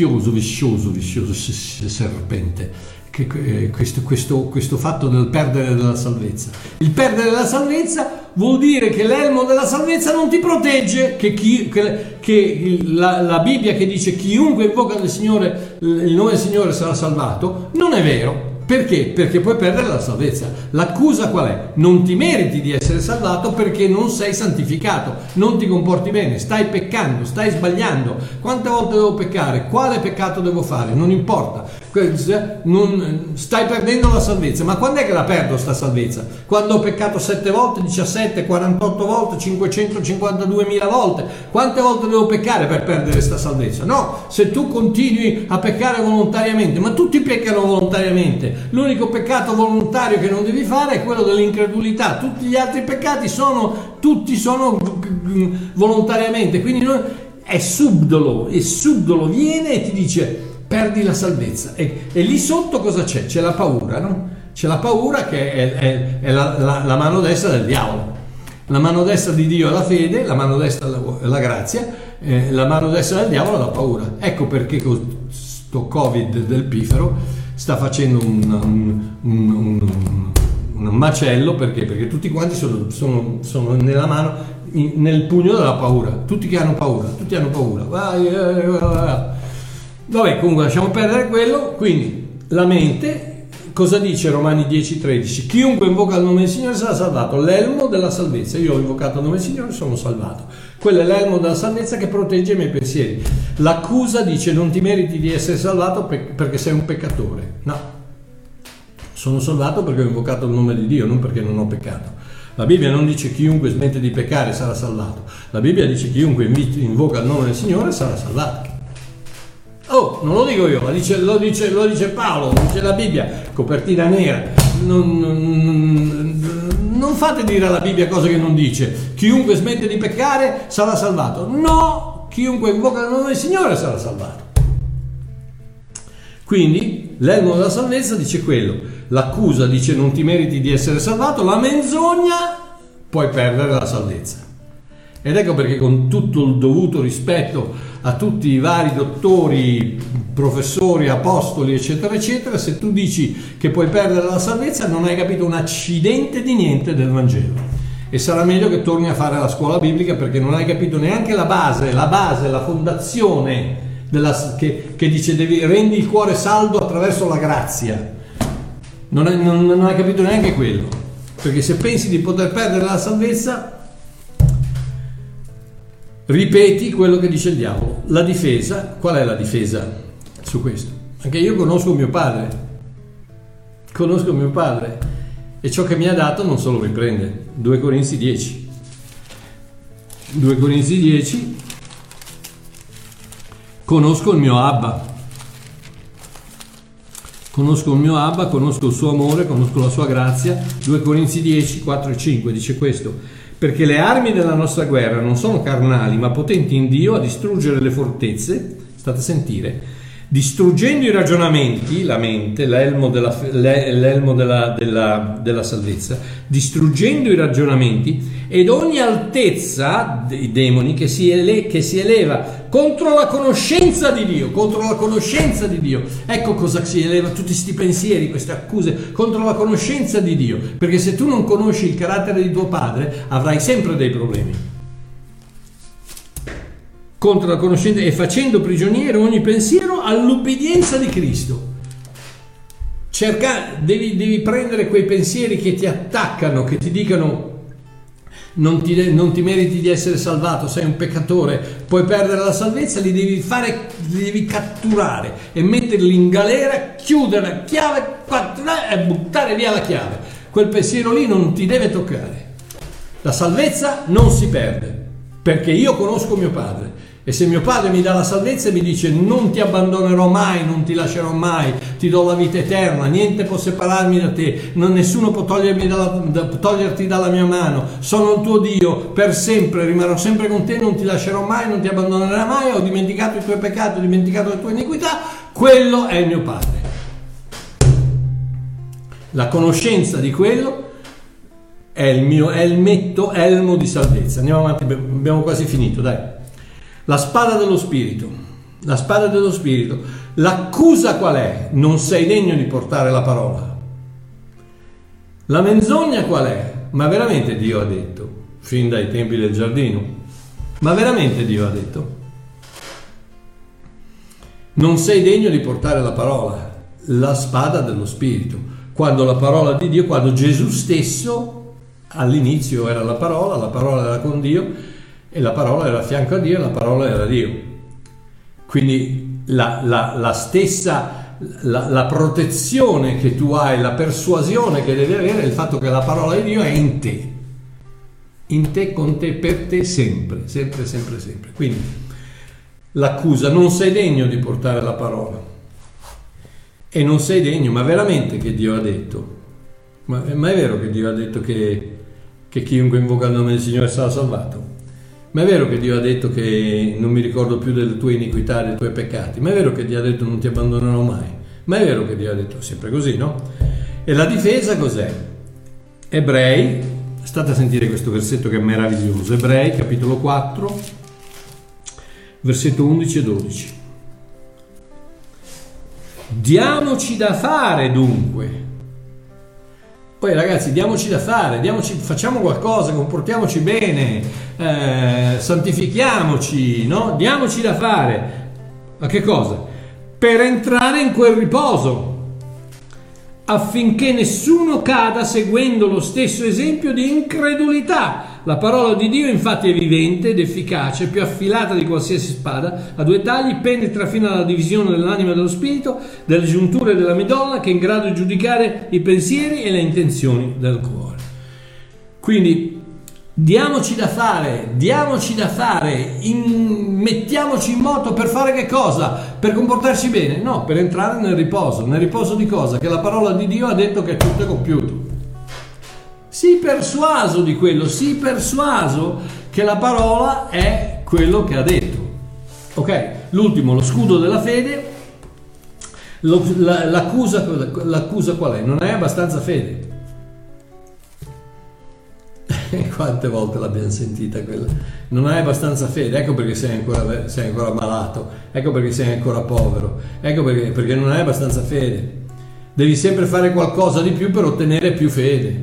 serpente. Questo fatto del perdere della salvezza. Il perdere la salvezza vuol dire che l'elmo della salvezza non ti protegge, che la Bibbia che dice chiunque invoca il nome del Signore sarà salvato, non è vero. Perché? Perché puoi perdere la salvezza. L'accusa qual è? Non ti meriti di essere salvato perché non sei santificato, non ti comporti bene, stai peccando, stai sbagliando. Quante volte devo peccare? Quale peccato devo fare? Non importa. Stai perdendo la salvezza. Ma quando è che la perdo sta salvezza? Quando ho peccato 7 volte, 17, 48 volte, 552.000 volte? Quante volte devo peccare per perdere sta salvezza? No, se tu continui a peccare volontariamente, ma tutti peccano volontariamente. L'unico peccato volontario che non devi fare è quello dell'incredulità. Tutti gli altri peccati sono volontariamente. Quindi è subdolo, viene e ti dice perdi la salvezza. E lì sotto cosa c'è? C'è la paura, no? C'è la paura che è la mano destra del diavolo. La mano destra di Dio è la fede, la mano destra è la grazia, la mano destra del diavolo è la paura. Ecco perché con sto Covid del pifero sta facendo un macello, perché tutti quanti sono nella mano, nel pugno della paura. Tutti hanno paura. Vabbè, comunque lasciamo perdere quello. Quindi la mente, cosa dice Romani 10:13? Chiunque invoca il nome del Signore sarà salvato. L'elmo della salvezza. Io ho invocato il nome del Signore e sono salvato. Quello è l'elmo della salvezza che protegge i miei pensieri. L'accusa dice non ti meriti di essere salvato perché sei un peccatore. No, sono salvato perché ho invocato il nome di Dio, non perché non ho peccato. La Bibbia non dice chiunque smette di peccare sarà salvato. La Bibbia dice chiunque invoca il nome del Signore sarà salvato. Oh, non lo dico io, lo dice Paolo, lo dice la Bibbia, copertina nera. Non fate dire alla Bibbia cose che non dice. Chiunque smette di peccare sarà salvato. No, chiunque invoca il nome del Signore sarà salvato. Quindi l'elmo della salvezza dice quello. L'accusa dice non ti meriti di essere salvato. La menzogna puoi perdere la salvezza. Ed ecco perché, con tutto il dovuto rispetto a tutti i vari dottori, professori, apostoli, eccetera, eccetera, se tu dici che puoi perdere la salvezza, non hai capito un accidente di niente del Vangelo. E sarà meglio che torni a fare la scuola biblica, perché non hai capito neanche la base, la fondazione che dice rendi il cuore saldo attraverso la grazia. Non hai capito neanche quello, perché se pensi di poter perdere la salvezza, ripeti quello che dice il diavolo. La difesa, qual è la difesa su questo? Anche io conosco mio padre e ciò che mi ha dato non se lo riprende. 2 Corinzi 10, conosco il mio Abba, conosco il suo amore, conosco la sua grazia. 2 Corinzi 10, 4 e 5 dice questo: perché le armi della nostra guerra non sono carnali, ma potenti in Dio a distruggere le fortezze, state a sentire, distruggendo i ragionamenti, la mente, l'elmo della salvezza, distruggendo i ragionamenti ed ogni altezza dei demoni che si eleva contro la conoscenza di Dio, Ecco cosa si eleva, tutti questi pensieri, queste accuse contro la conoscenza di Dio, perché se tu non conosci il carattere di tuo padre avrai sempre dei problemi. Contro la conoscenza, e prigioniero ogni pensiero all'obbedienza di Cristo. Devi prendere quei pensieri che ti attaccano, che ti dicono non ti meriti di essere salvato, sei un peccatore, puoi perdere la salvezza, li devi catturare e metterli in galera, chiudere la chiave e buttare via la chiave. Quel pensiero lì non ti deve toccare. La salvezza non si perde, perché io conosco mio padre. E se mio padre mi dà la salvezza e mi dice non ti abbandonerò mai, non ti lascerò mai, ti do la vita eterna, niente può separarmi da te, nessuno può toglierti dalla mia mano, sono il tuo Dio per sempre, rimarrò sempre con te, non ti lascerò mai, non ti abbandonerò mai, ho dimenticato i tuoi peccati, ho dimenticato le tue iniquità, quello è il mio padre. La conoscenza di quello è il mio elmo di salvezza. Andiamo avanti, abbiamo quasi finito, dai. La spada dello spirito, l'accusa qual è? Non sei degno di portare la parola. La menzogna qual è? Ma veramente Dio ha detto, fin dai tempi del giardino, ma veramente Dio ha detto? Non sei degno di portare la parola, la spada dello spirito. Quando la parola di Dio, quando Gesù stesso all'inizio era la parola era con Dio, e la parola era a fianco a Dio e la parola era Dio. Quindi la stessa protezione che tu hai, la persuasione che devi avere è il fatto che la parola di Dio è in te, con te, per te, sempre. Quindi l'accusa: non sei degno di portare la parola, e non sei degno. Ma veramente che Dio ha detto? Ma è vero che Dio ha detto che chiunque invoca il nome del Signore sarà salvato? Ma è vero che Dio ha detto che non mi ricordo più delle tue iniquità, dei tuoi peccati? Ma è vero che Dio ha detto non ti abbandonerò mai? Ma è vero che Dio ha detto sempre così, no? E la difesa cos'è? Ebrei, state a sentire questo versetto che è meraviglioso. Ebrei, capitolo 4, versetto 11 e 12. Diamoci da fare dunque. Poi ragazzi, diamoci da fare, facciamo qualcosa, comportiamoci bene, santifichiamoci, no? Diamoci da fare. Ma che cosa? Per entrare in quel riposo, affinché nessuno cada seguendo lo stesso esempio di incredulità. La parola di Dio infatti è vivente ed efficace, più affilata di qualsiasi spada, a due tagli, penetra fino alla divisione dell'anima e dello spirito, delle giunture e della medolla, che è in grado di giudicare i pensieri e le intenzioni del cuore. Quindi diamoci da fare, mettiamoci in moto per fare che cosa? Per comportarci bene? No, per entrare nel riposo. Nel riposo di cosa? Che la parola di Dio ha detto che tutto è compiuto. Sii persuaso di quello, sii persuaso che la parola è quello che ha detto. Ok, l'ultimo, lo scudo della fede. L'accusa qual è? Non hai abbastanza fede. Quante volte l'abbiamo sentita quella? Non hai abbastanza fede, ecco perché sei ancora malato, ecco perché sei ancora povero, ecco perché non hai abbastanza fede. Devi sempre fare qualcosa di più per ottenere più fede.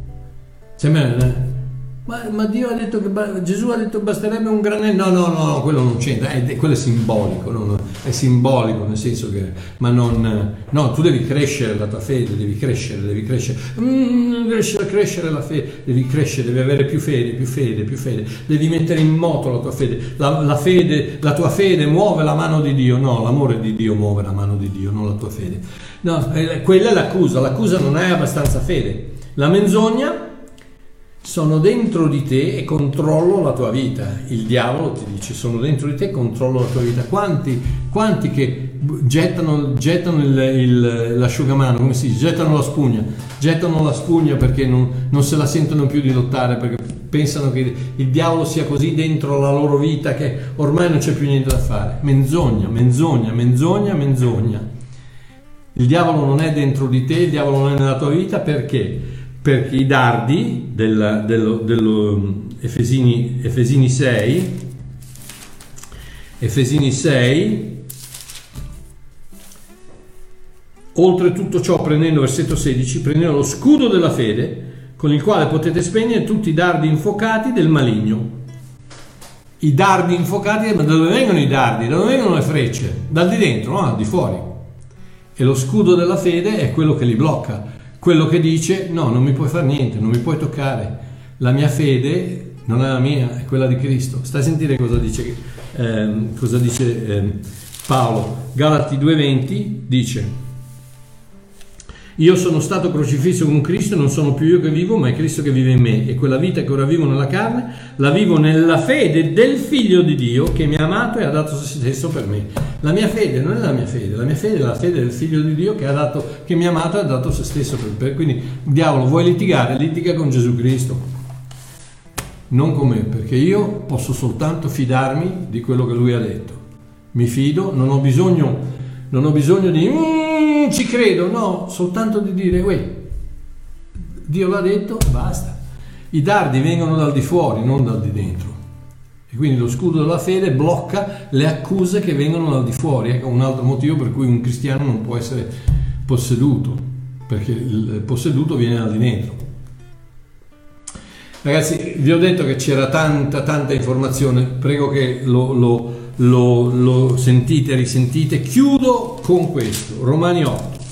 Ma Dio ha detto Gesù ha detto basterebbe un granello. No, quello non c'entra, quello è simbolico, è simbolico nel senso che, ma non, no, tu devi crescere la tua fede, devi crescere, crescere la fede, devi crescere, devi avere più fede, devi mettere in moto la tua fede, la tua fede muove la mano di Dio, no, l'amore di Dio muove la mano di Dio, non la tua fede, no, quella è l'accusa non hai abbastanza fede, la menzogna. Sono dentro di te e controllo la tua vita. Il diavolo ti dice sono dentro di te e controllo la tua vita. Quanti che gettano l'asciugamano, come si dice? Gettano la spugna perché non se la sentono più di lottare, perché pensano che il diavolo sia così dentro la loro vita che ormai non c'è più niente da fare. Menzogna. Il diavolo non è dentro di te, il diavolo non è nella tua vita, perché i dardi dello Efesini 6, oltre tutto ciò prendendo, versetto 16, prendendo lo scudo della fede con il quale potete spegnere tutti i dardi infuocati del maligno. I dardi infuocati, ma da dove vengono i dardi? Da dove vengono le frecce? Dal di dentro, no? Al di fuori. E lo scudo della fede è quello che li blocca. Quello che dice no, non mi puoi fare niente, non mi puoi toccare, la mia fede non è la mia, è quella di Cristo. Stai a sentire cosa dice Paolo. Galati 2:20 dice: io sono stato crocifisso con Cristo, non sono più io che vivo, ma è Cristo che vive in me, e quella vita che ora vivo nella carne la vivo nella fede del Figlio di Dio che mi ha amato e ha dato se stesso per me. La mia fede non è la mia fede è la fede del Figlio di Dio che mi ha amato e ha dato se stesso per me. Quindi, diavolo, vuoi litigare? Litiga con Gesù Cristo, non con me, perché io posso soltanto fidarmi di quello che Lui ha detto. Mi fido, non ho bisogno di ci credo, no, soltanto di dire Dio l'ha detto, basta. I dardi vengono dal di fuori, non dal di dentro, e quindi lo scudo della fede blocca le accuse che vengono dal di fuori. Ecco un altro motivo per cui un cristiano non può essere posseduto, perché il posseduto viene dal di dentro. Ragazzi, vi ho detto che c'era tanta informazione, prego che lo sentite, risentite. Chiudo con questo, Romani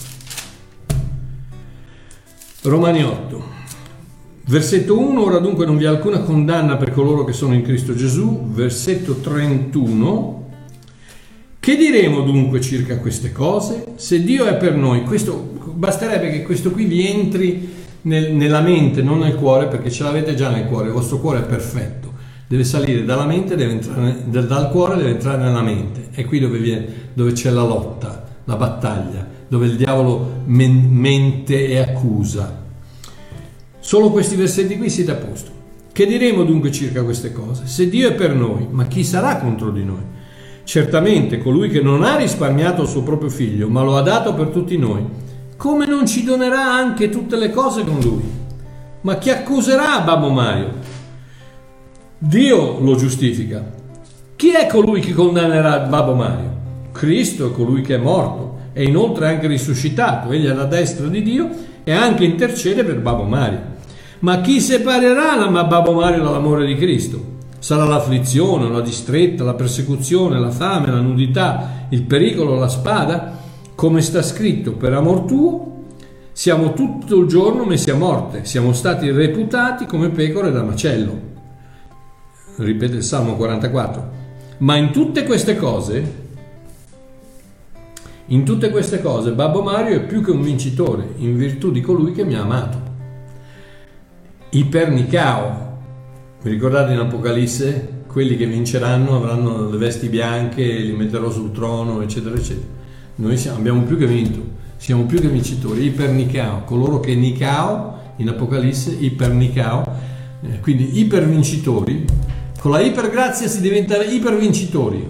8, versetto 1. Ora dunque non vi è alcuna condanna per coloro che sono in Cristo Gesù. Versetto 31. Che diremo dunque circa queste cose? Se Dio è per noi, questo basterebbe che questo qui vi entri nella mente, non nel cuore, perché ce l'avete già nel cuore, il vostro cuore è perfetto. Deve salire dalla mente, deve entrare dal cuore, deve entrare nella mente. È qui dove c'è la lotta, la battaglia, dove il diavolo mente e accusa. Solo questi versetti qui siete a posto. Che diremo dunque circa queste cose? Se Dio è per noi, ma chi sarà contro di noi? Certamente colui che non ha risparmiato il suo proprio figlio, ma lo ha dato per tutti noi, come non ci donerà anche tutte le cose con lui? Ma chi accuserà Babbo Mario? Dio lo giustifica. Chi è colui che condannerà Babbo Mario? Cristo è colui che è morto e inoltre anche risuscitato. Egli è alla destra di Dio e anche intercede per Babbo Mario. Ma chi separerà Babbo Mario dall'amore di Cristo? Sarà l'afflizione, la distretta, la persecuzione, la fame, la nudità, il pericolo, la spada? Come sta scritto: per amor tuo siamo tutto il giorno messi a morte, siamo stati reputati come pecore da macello. Ripete il Salmo 44. Ma in tutte queste cose Babbo Mario è più che un vincitore, in virtù di colui che mi ha amato. Ipernicao. Vi ricordate in Apocalisse? Quelli che vinceranno avranno le vesti bianche, li metterò sul trono, eccetera eccetera. Noi abbiamo più che vinto, siamo più che vincitori. Ipernicao, coloro che nicao in Apocalisse, ipernicao, quindi ipervincitori. Con la ipergrazia si diventa ipervincitori.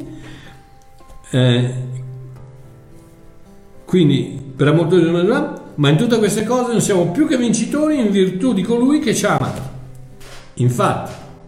Quindi per amor di Dio ma in tutte queste cose non siamo più che vincitori in virtù di colui che ci ha amati. Infatti,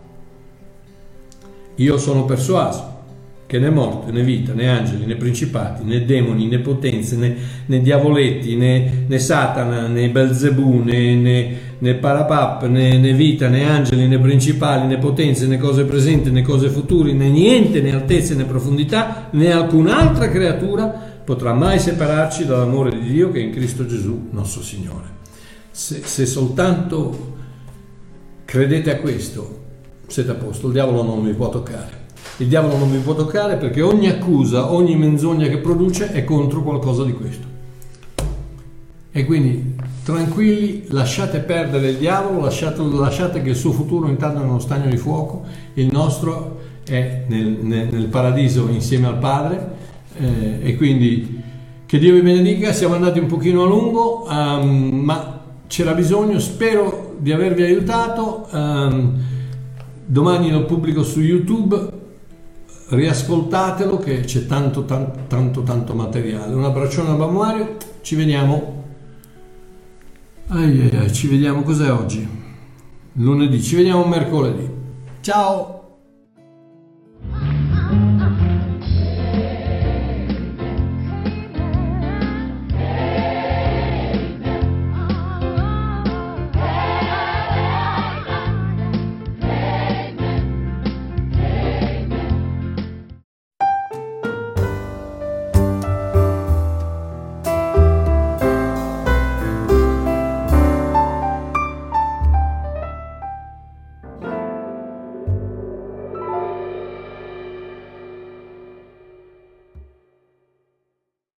io sono persuaso che né morte, né vita, né angeli, né principati, né demoni, né potenze, né diavoletti, né Satana, né Belzebù, né Parapap, né vita, né angeli, né principali, né potenze, né cose presenti, né cose future, né niente, né altezze, né profondità, né alcun'altra creatura potrà mai separarci dall'amore di Dio che è in Cristo Gesù, nostro Signore. Se soltanto credete a questo, siete a posto, il diavolo non vi può toccare. Il diavolo non vi può toccare perché ogni accusa, ogni menzogna che produce è contro qualcosa di questo. E quindi tranquilli, lasciate perdere il diavolo, lasciate che il suo futuro intanto è nello stagno di fuoco, il nostro è nel paradiso insieme al Padre, e quindi che Dio vi benedica. Siamo andati un pochino a lungo, ma c'era bisogno, spero di avervi aiutato. Domani lo pubblico su YouTube, riascoltatelo che c'è tanto materiale. Un abbraccione a Mario, ci vediamo. Ci vediamo, cos'è oggi? Lunedì, ci vediamo mercoledì. Ciao!